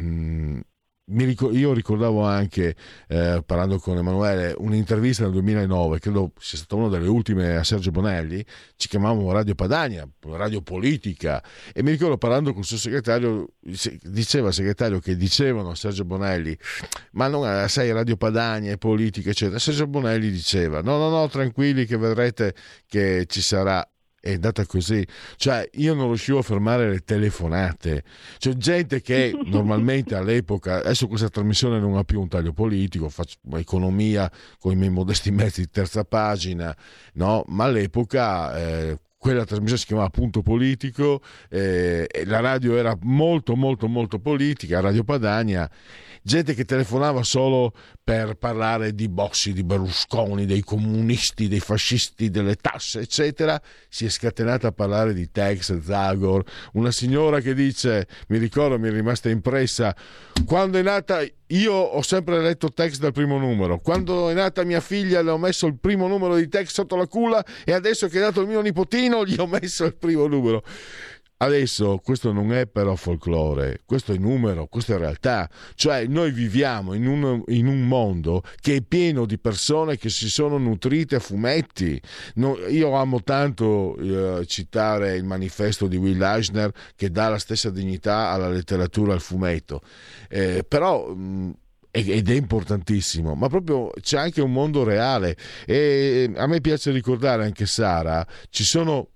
io ricordavo anche, parlando con Emanuele, un'intervista nel 2009, credo sia stata una delle ultime a Sergio Bonelli, ci chiamavamo Radio Padania, radio politica, e mi ricordo parlando con il suo segretario, diceva il segretario che dicevano a Sergio Bonelli, ma non sai, Radio Padania e politica eccetera. Sergio Bonelli diceva no, tranquilli che vedrete che ci sarà. È andata così, cioè io non riuscivo a fermare le telefonate, c'è gente che normalmente all'epoca, adesso questa trasmissione non ha più un taglio politico, faccio economia con i miei modesti mezzi di terza pagina, no? Ma all'epoca quella trasmissione si chiamava Punto Politico, la radio era molto molto molto politica, Radio Padania, gente che telefonava solo per parlare di Bossi, di Berlusconi, dei comunisti, dei fascisti, delle tasse eccetera, si è scatenata a parlare di Tex, Zagor, una signora che dice, mi ricordo, mi è rimasta impressa, quando è nata io ho sempre letto Tex dal primo numero, quando è nata mia figlia le ho messo il primo numero di Tex sotto la culla e adesso che è nato il mio nipotino gli ho messo il primo numero. Adesso questo non è però folklore, questo è numero, questa è realtà, cioè noi viviamo in un mondo che è pieno di persone che si sono nutrite a fumetti. Io amo tanto citare il manifesto di Will Eisner che dà la stessa dignità alla letteratura, al fumetto, però ed è importantissimo, ma proprio c'è anche un mondo reale, e a me piace ricordare anche Sara, ci sono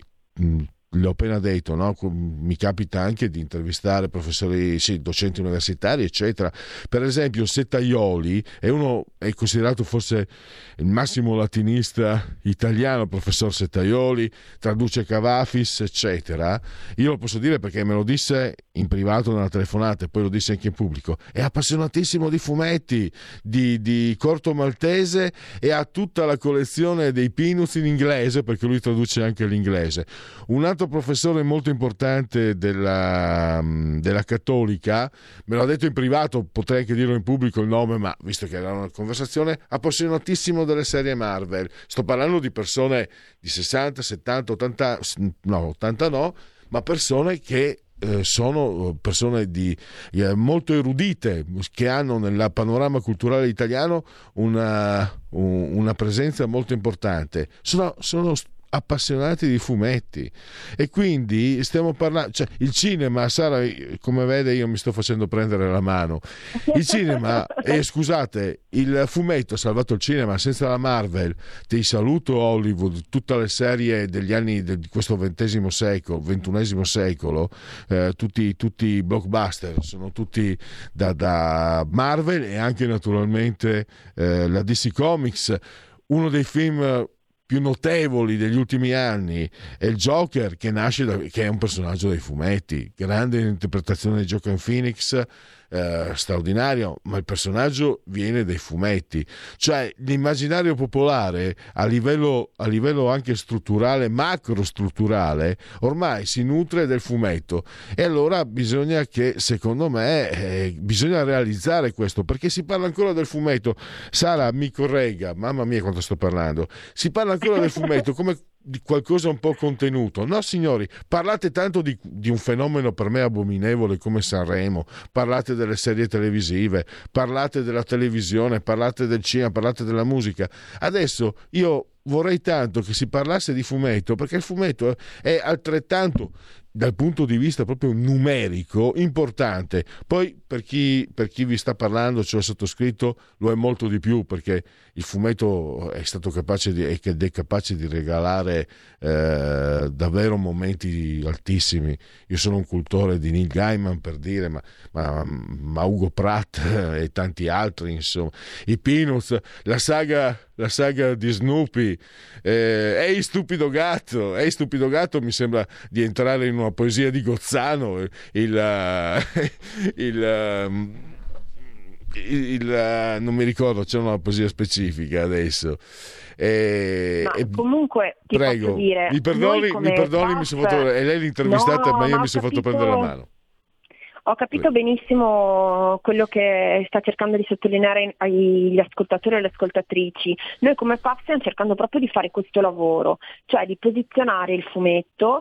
l'ho appena detto, no? Mi capita anche di intervistare professori, docenti universitari eccetera, per esempio Settaioli è considerato forse il massimo latinista italiano, professor Settaioli, traduce Cavafis eccetera. Io lo posso dire perché me lo disse in privato nella telefonata e poi lo disse anche in pubblico, è appassionatissimo di fumetti, di corto maltese, e ha tutta la collezione dei Peanuts in inglese perché lui traduce anche l'inglese. Un altro professore molto importante della Cattolica me l'ha detto in privato, potrei anche dirlo in pubblico il nome, ma visto che era una conversazione, appassionatissimo delle serie Marvel. Sto parlando di persone di 60, 70, 80 no, ma persone che sono persone molto erudite, che hanno nel panorama culturale italiano una presenza molto importante. Sono appassionati di fumetti, e quindi stiamo parlando, cioè il cinema, Sara, come vede io mi sto facendo prendere la mano, il cinema scusate, il fumetto ha salvato il cinema. Senza la Marvel, Ti saluto Hollywood, tutte le serie degli anni di questo XXI secolo, tutti i blockbuster sono tutti da Marvel, e anche naturalmente la DC Comics. Uno dei film più notevoli degli ultimi anni è il Joker, che che è un personaggio dei fumetti, grande interpretazione di Joaquin Phoenix, straordinario, ma il personaggio viene dai fumetti. Cioè l'immaginario popolare a livello anche strutturale, macro strutturale, ormai si nutre del fumetto, e allora bisogna secondo me bisogna realizzare questo, perché si parla ancora del fumetto. Sara mi corregga, mamma mia quanto sto parlando, si parla ancora del fumetto come di qualcosa un po' contenuto. No signori, parlate tanto di un fenomeno per me abominevole come Sanremo, parlate delle serie televisive, parlate della televisione, parlate del cinema, parlate della musica. Adesso io vorrei tanto che si parlasse di fumetto, perché il fumetto è altrettanto, dal punto di vista proprio numerico, importante. Poi per chi vi sta parlando, cioè sottoscritto, lo è molto di più, perché il fumetto è stato capace ed è capace di regalare davvero momenti altissimi. Io sono un cultore di Neil Gaiman, per dire, ma Ugo Pratt e tanti altri, insomma, i Peanuts, la saga di Snoopy, Ehi stupido gatto, mi sembra di entrare in una poesia di Gozzano, non mi ricordo, c'è una poesia specifica adesso. Comunque ti prego, posso dire, mi perdoni, mi sono fatto, è lei l'intervistata, no, ma io ho mi sono fatto capito, prendere la mano. Ho capito benissimo quello che sta cercando di sottolineare agli ascoltatori e alle ascoltatrici. Noi come PAF stiamo cercando proprio di fare questo lavoro, cioè di posizionare il fumetto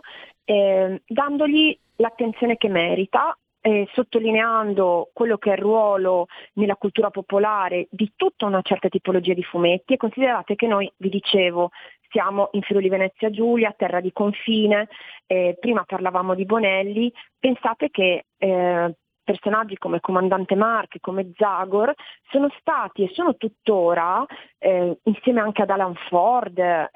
dandogli l'attenzione che merita, sottolineando quello che è il ruolo nella cultura popolare di tutta una certa tipologia di fumetti. E considerate che noi, vi dicevo, siamo in Friuli Venezia Giulia, terra di confine, prima parlavamo di Bonelli, pensate che personaggi come Comandante Mark, come Zagor, sono stati e sono tuttora, insieme anche ad Alan Ford,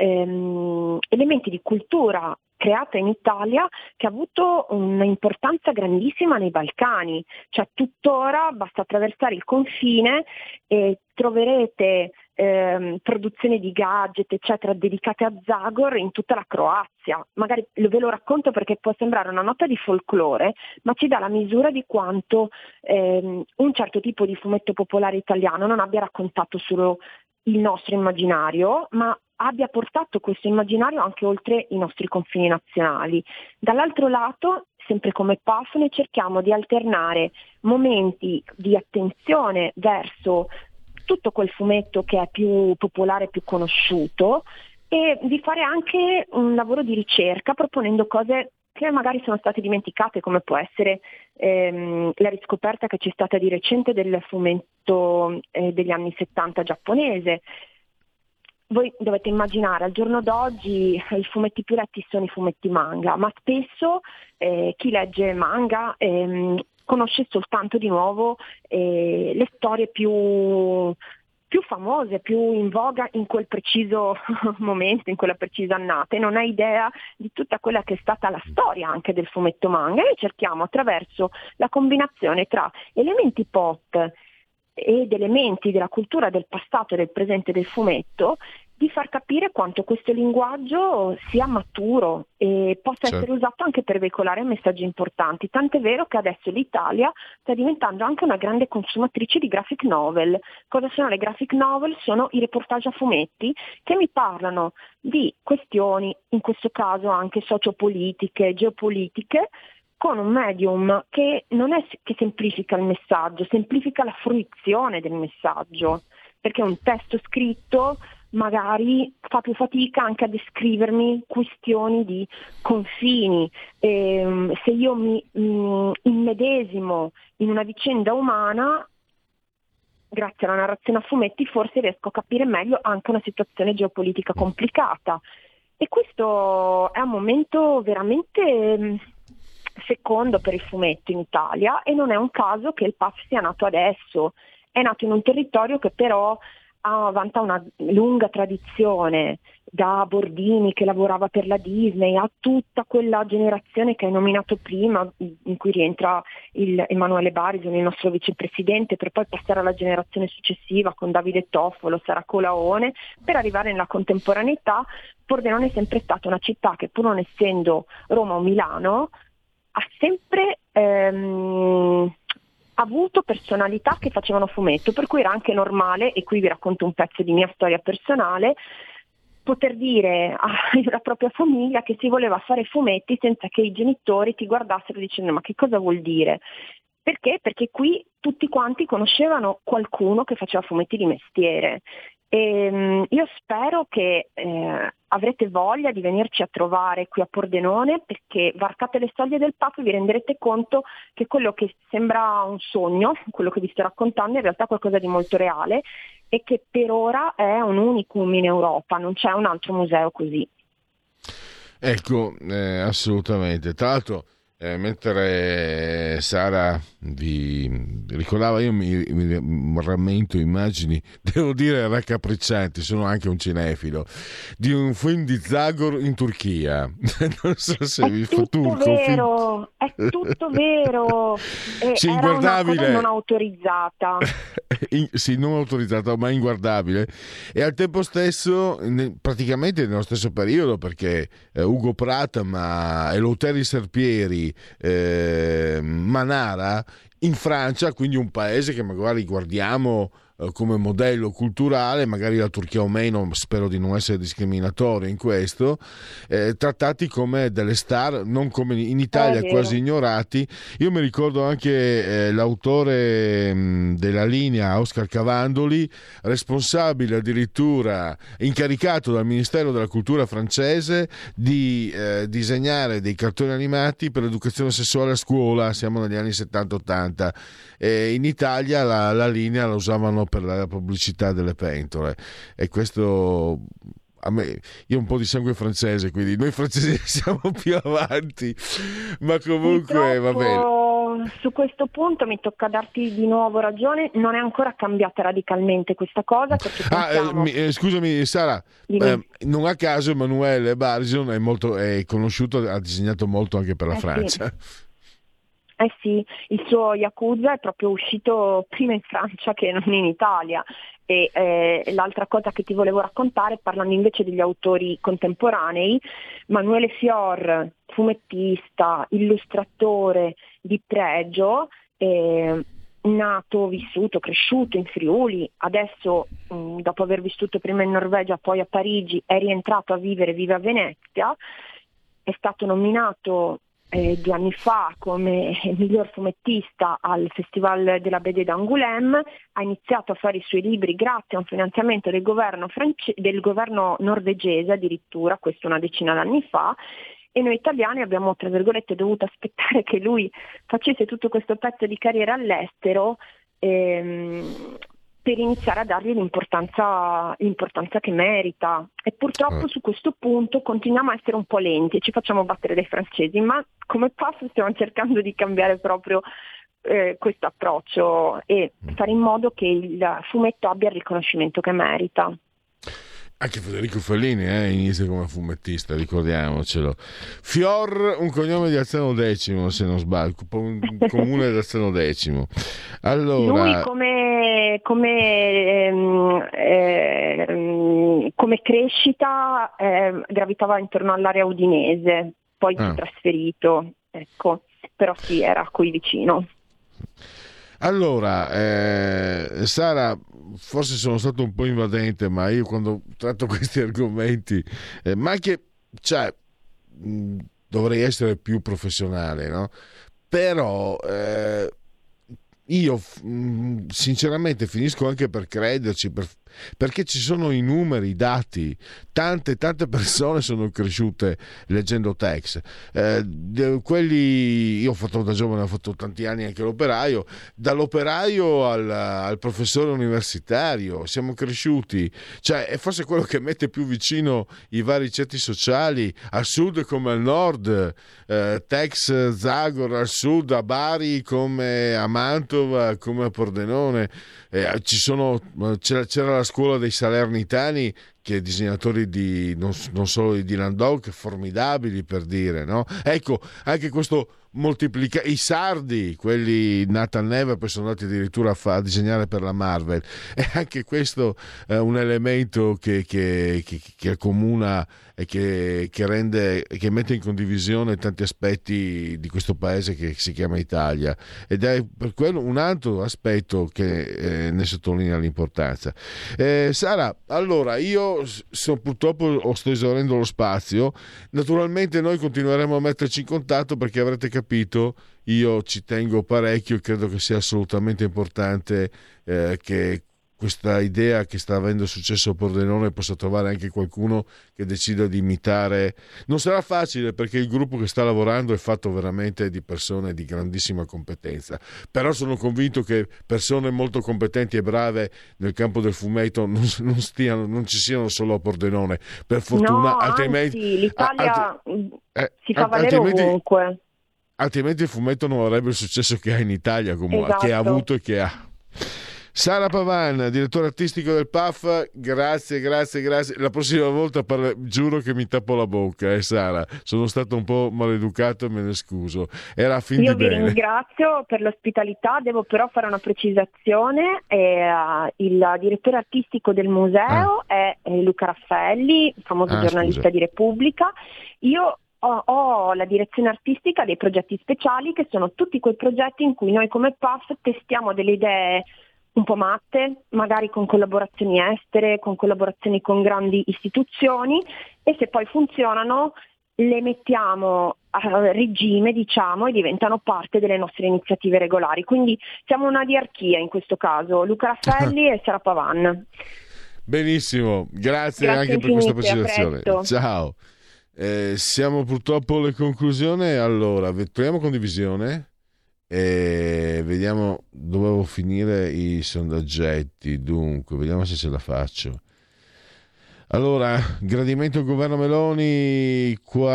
elementi di cultura creata in Italia che ha avuto un'importanza grandissima nei Balcani, cioè tuttora basta attraversare il confine e troverete produzioni di gadget eccetera dedicate a Zagor in tutta la Croazia. Magari ve lo racconto perché può sembrare una nota di folklore, ma ci dà la misura di quanto un certo tipo di fumetto popolare italiano non abbia raccontato solo il nostro immaginario, ma abbia portato questo immaginario anche oltre i nostri confini nazionali. Dall'altro lato, sempre come PAF, noi cerchiamo di alternare momenti di attenzione verso tutto quel fumetto che è più popolare, più conosciuto, e di fare anche un lavoro di ricerca proponendo cose che magari sono state dimenticate, come può essere la riscoperta che c'è stata di recente del fumetto degli anni 70 giapponese. Voi dovete immaginare, al giorno d'oggi i fumetti più letti sono i fumetti manga, ma spesso chi legge manga conosce soltanto di nuovo le storie più famose, più in voga in quel preciso momento, in quella precisa annata, e non ha idea di tutta quella che è stata la storia anche del fumetto manga. E cerchiamo, attraverso la combinazione tra elementi pop ed elementi della cultura del passato e del presente del fumetto, di far capire quanto questo linguaggio sia maturo e possa essere usato anche per veicolare messaggi importanti. Tant'è vero che adesso l'Italia sta diventando anche una grande consumatrice di graphic novel. Cosa sono le graphic novel? Sono i reportage a fumetti che mi parlano di questioni, in questo caso anche sociopolitiche, geopolitiche, con un medium che non è che semplifica il messaggio, semplifica la fruizione del messaggio, perché un testo scritto magari fa più fatica anche a descrivermi questioni di confini. Se io mi immedesimo in una vicenda umana, grazie alla narrazione a fumetti forse riesco a capire meglio anche una situazione geopolitica complicata. E questo è un momento veramente fecondo per il fumetto in Italia, e non è un caso che il PAF sia nato adesso. È nato in un territorio che però vanta una lunga tradizione, da Bordini che lavorava per la Disney a tutta quella generazione che hai nominato prima, in cui rientra Emanuele Barison, il nostro vicepresidente, per poi passare alla generazione successiva con Davide Toffolo, Sara Colaone, per arrivare nella contemporaneità. Pordenone è sempre stata una città che, pur non essendo Roma o Milano, ha sempre avuto personalità che facevano fumetto, per cui era anche normale, e qui vi racconto un pezzo di mia storia personale, poter dire alla propria famiglia che si voleva fare fumetti senza che i genitori ti guardassero dicendo ma che cosa vuol dire? Perché? Perché qui tutti quanti conoscevano qualcuno che faceva fumetti di mestiere. E io spero che avrete voglia di venirci a trovare qui a Pordenone, perché varcate le soglie del PAF e vi renderete conto che quello che sembra un sogno, quello che vi sto raccontando, è in realtà qualcosa di molto reale, e che per ora è un unicum in Europa, non c'è un altro museo così. Ecco, assolutamente. Tra l'altro, mentre Sara vi ricordava, io mi rammento immagini, devo dire raccapriccianti, sono anche un cinefilo, di un film di Zagor in Turchia. Non so se vi fa tu vero, è È tutto vero. Sì, Era una inguardabile. cosa non autorizzata. Sì, non autorizzata, ma inguardabile. E al tempo stesso, praticamente nello stesso periodo, perché Ugo Pratt e Eleuterio Serpieri, Manara, in Francia, quindi un paese che magari guardiamo come modello culturale, magari la Turchia o meno, spero di non essere discriminatorio in questo, trattati come delle star, non come in Italia quasi ignorati. Io mi ricordo anche l'autore della linea, Oscar Cavandoli, responsabile addirittura, incaricato dal Ministero della Cultura francese di disegnare dei cartoni animati per l'educazione sessuale a scuola, siamo negli anni 70-80. In Italia la linea la usavano per la pubblicità delle pentole, e questo a me, io ho un po' di sangue francese, quindi noi francesi siamo più avanti, ma comunque va bene. Su questo punto mi tocca darti di nuovo ragione, non è ancora cambiata radicalmente questa cosa, perché scusami Sara, non a caso Emanuele Barison è conosciuto, ha disegnato molto anche per la Francia. Sì, il suo Yakuza è proprio uscito prima in Francia che non in Italia. E l'altra cosa che ti volevo raccontare, parlando invece degli autori contemporanei, Manuele Fior, fumettista, illustratore di pregio, nato, vissuto, cresciuto in Friuli, adesso dopo aver vissuto prima in Norvegia poi a Parigi è rientrato a vive a Venezia, è stato nominato 2 anni fa come miglior fumettista al Festival della BD d'Angoulême, ha iniziato a fare i suoi libri grazie a un finanziamento del governo norvegese addirittura, questo una decina d'anni fa, e noi italiani abbiamo tra virgolette dovuto aspettare che lui facesse tutto questo pezzo di carriera all'estero per iniziare a dargli l'importanza che merita. E purtroppo su questo punto continuiamo a essere un po' lenti e ci facciamo battere dai francesi, ma come passo stiamo cercando di cambiare proprio questo approccio e fare in modo che il fumetto abbia il riconoscimento che merita. Anche Federico Fellini inizia come fumettista, ricordiamocelo. Fior, un cognome di Alzano X, se non sbaglio, un comune di Alzano X. Allora, lui come crescita gravitava intorno all'area udinese, poi si è trasferito, ecco, però sì, era qui vicino. Allora, Sara, forse sono stato un po' invadente, ma io quando tratto questi argomenti, ma anche, dovrei essere più professionale, no? Però io sinceramente finisco anche per crederci, perché ci sono i numeri, i dati, tante persone sono cresciute leggendo Tex, quelli, io ho fatto da giovane, ho fatto tanti anni anche l'operaio, dall'operaio al professore universitario siamo cresciuti, è forse quello che mette più vicino i vari ceti sociali, al sud come al nord, Tex Zagor al sud, a Bari come a Mantova, come a Pordenone, c'era la scuola dei salernitani, che disegnatori non solo di Dylan Dog, formidabili, per dire, no? Ecco, anche questo i sardi, quelli Nathan Neve, poi sono andati addirittura a disegnare per la Marvel, e anche questo è un elemento che accomuna e che mette in condivisione tanti aspetti di questo paese che si chiama Italia, ed è per quello un altro aspetto che ne sottolinea l'importanza. Sara, allora io purtroppo sto esaurendo lo spazio, naturalmente noi continueremo a metterci in contatto, perché avrete capito, io ci tengo parecchio e credo che sia assolutamente importante che questa idea che sta avendo successo a Pordenone possa trovare anche qualcuno che decida di imitare. Non sarà facile, perché il gruppo che sta lavorando è fatto veramente di persone di grandissima competenza, però sono convinto che persone molto competenti e brave nel campo del fumetto non ci siano solo a Pordenone, per fortuna, no, altrimenti anzi, l'Italia si fa valere ovunque, altrimenti il fumetto non avrebbe il successo che ha in Italia, esatto, che ha avuto e che ha. Sara Pavan, direttore artistico del PAF, grazie. La prossima volta giuro che mi tappo la bocca, Sara. Sono stato un po' maleducato e me ne scuso. Era a fin di bene. Io vi ringrazio per l'ospitalità, devo però fare una precisazione. Il direttore artistico del museo è Luca Raffaelli, famoso giornalista di Repubblica. Io ho la direzione artistica dei progetti speciali, che sono tutti quei progetti in cui noi come PAF testiamo delle idee un po' matte, magari con collaborazioni estere, con collaborazioni con grandi istituzioni, e se poi funzionano le mettiamo a regime, diciamo, e diventano parte delle nostre iniziative regolari. Quindi siamo una diarchia in questo caso, Luca Raffaelli e Sara Pavan. Benissimo, grazie anche infinite, per questa precisazione. Ciao. Siamo purtroppo alle conclusioni. Allora, togliamo condivisione e vediamo. Dovevo finire i sondaggetti, dunque vediamo se ce la faccio. Allora, gradimento al governo Meloni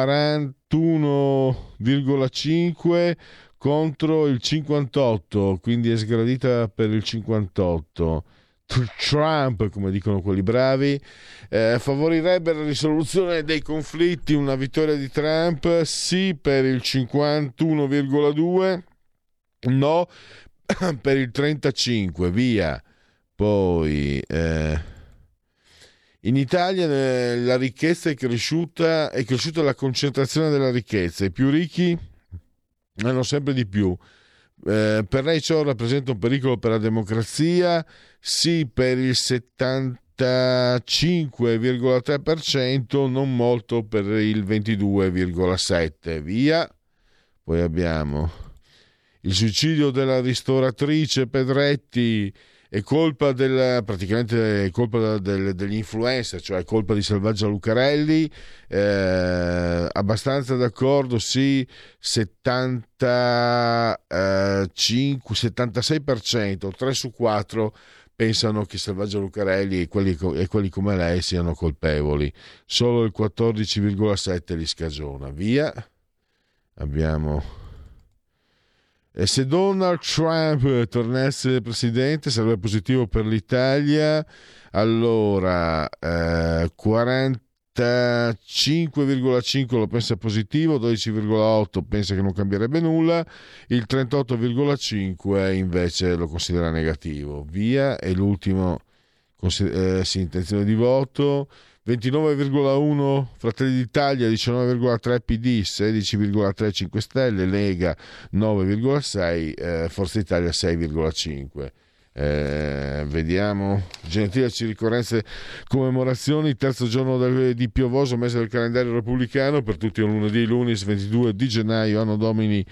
41,5 contro il 58, quindi è sgradita per il 58. Trump, come dicono quelli bravi, favorirebbe la risoluzione dei conflitti, una vittoria di Trump, sì per il 51,2, no per il 35, via. Poi in Italia la ricchezza è cresciuta la concentrazione della ricchezza, i più ricchi hanno sempre di più. Per lei ciò rappresenta un pericolo per la democrazia, sì per il 75,3%, non molto per il 22,7%, via. Poi abbiamo il suicidio della ristoratrice Pedretti, è colpa praticamente è colpa degli influencer, cioè è colpa di Selvaggia Lucarelli, abbastanza d'accordo, sì, 76%, 3 su 4 pensano che Selvaggia Lucarelli e quelli come lei siano colpevoli, solo il 14,7% li scagiona, via. Abbiamo. E se Donald Trump tornasse presidente sarebbe positivo per l'Italia. Allora 45,5 lo pensa positivo, 12,8 pensa che non cambierebbe nulla, il 38,5 invece lo considera negativo, via. E l'ultimo intenzione di voto 29,1 Fratelli d'Italia, 19,3 PD, 16,3 5 Stelle, Lega 9,6, Forza Italia 6,5. Vediamo gentilezze, ricorrenze, commemorazioni. Terzo giorno di piovoso mese del calendario repubblicano, per tutti un lunedì, lunis 22 di gennaio, anno domini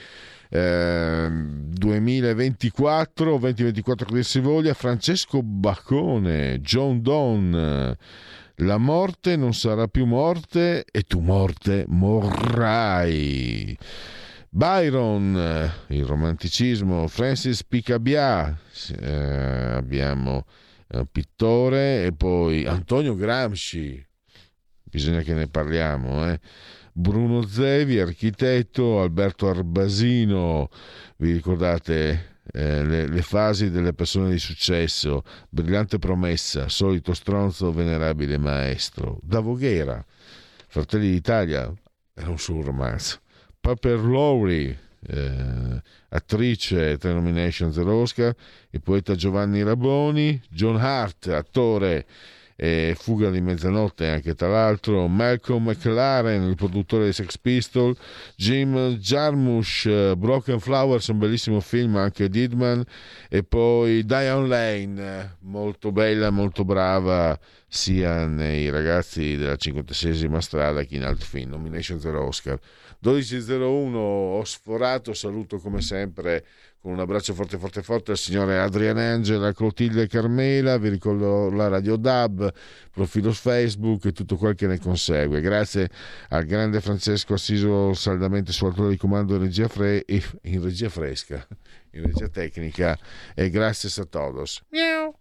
2024 o 2024 che dir si voglia. Francesco Baccone, John Donne, la morte non sarà più morte e tu morte morrai. Byron, il romanticismo. Francis Picabia, abbiamo un pittore. E poi Antonio Gramsci, bisogna che ne parliamo, Bruno Zevi, architetto. Alberto Arbasino, vi ricordate le fasi delle persone di successo? Brillante promessa, solito stronzo, venerabile maestro. Da Voghera, Fratelli d'Italia, era un suo romanzo. Piper Laurie, attrice, 3 nomination, 0 Oscar. Il poeta Giovanni Raboni. John Hart, attore, Fuga di mezzanotte anche tra l'altro. Malcolm McLaren, il produttore dei Sex Pistols. Jim Jarmusch, Broken Flowers, un bellissimo film anche di Idman. E poi Diane Lane, molto bella, molto brava sia nei Ragazzi della 56esima strada che in altri film, nomination 0 Oscar. 12.01 ho sforato, saluto come sempre con un abbraccio forte forte forte al signore Adriana Angela, Clotilde e Carmela. Vi ricordo la Radio DAB, profilo Facebook e tutto quel che ne consegue. Grazie al grande Francesco, assiso saldamente sulla torre di comando in regia fresca, in regia tecnica, e grazie a todos. Miau.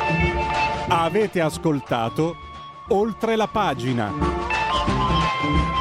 Avete ascoltato Oltre la pagina.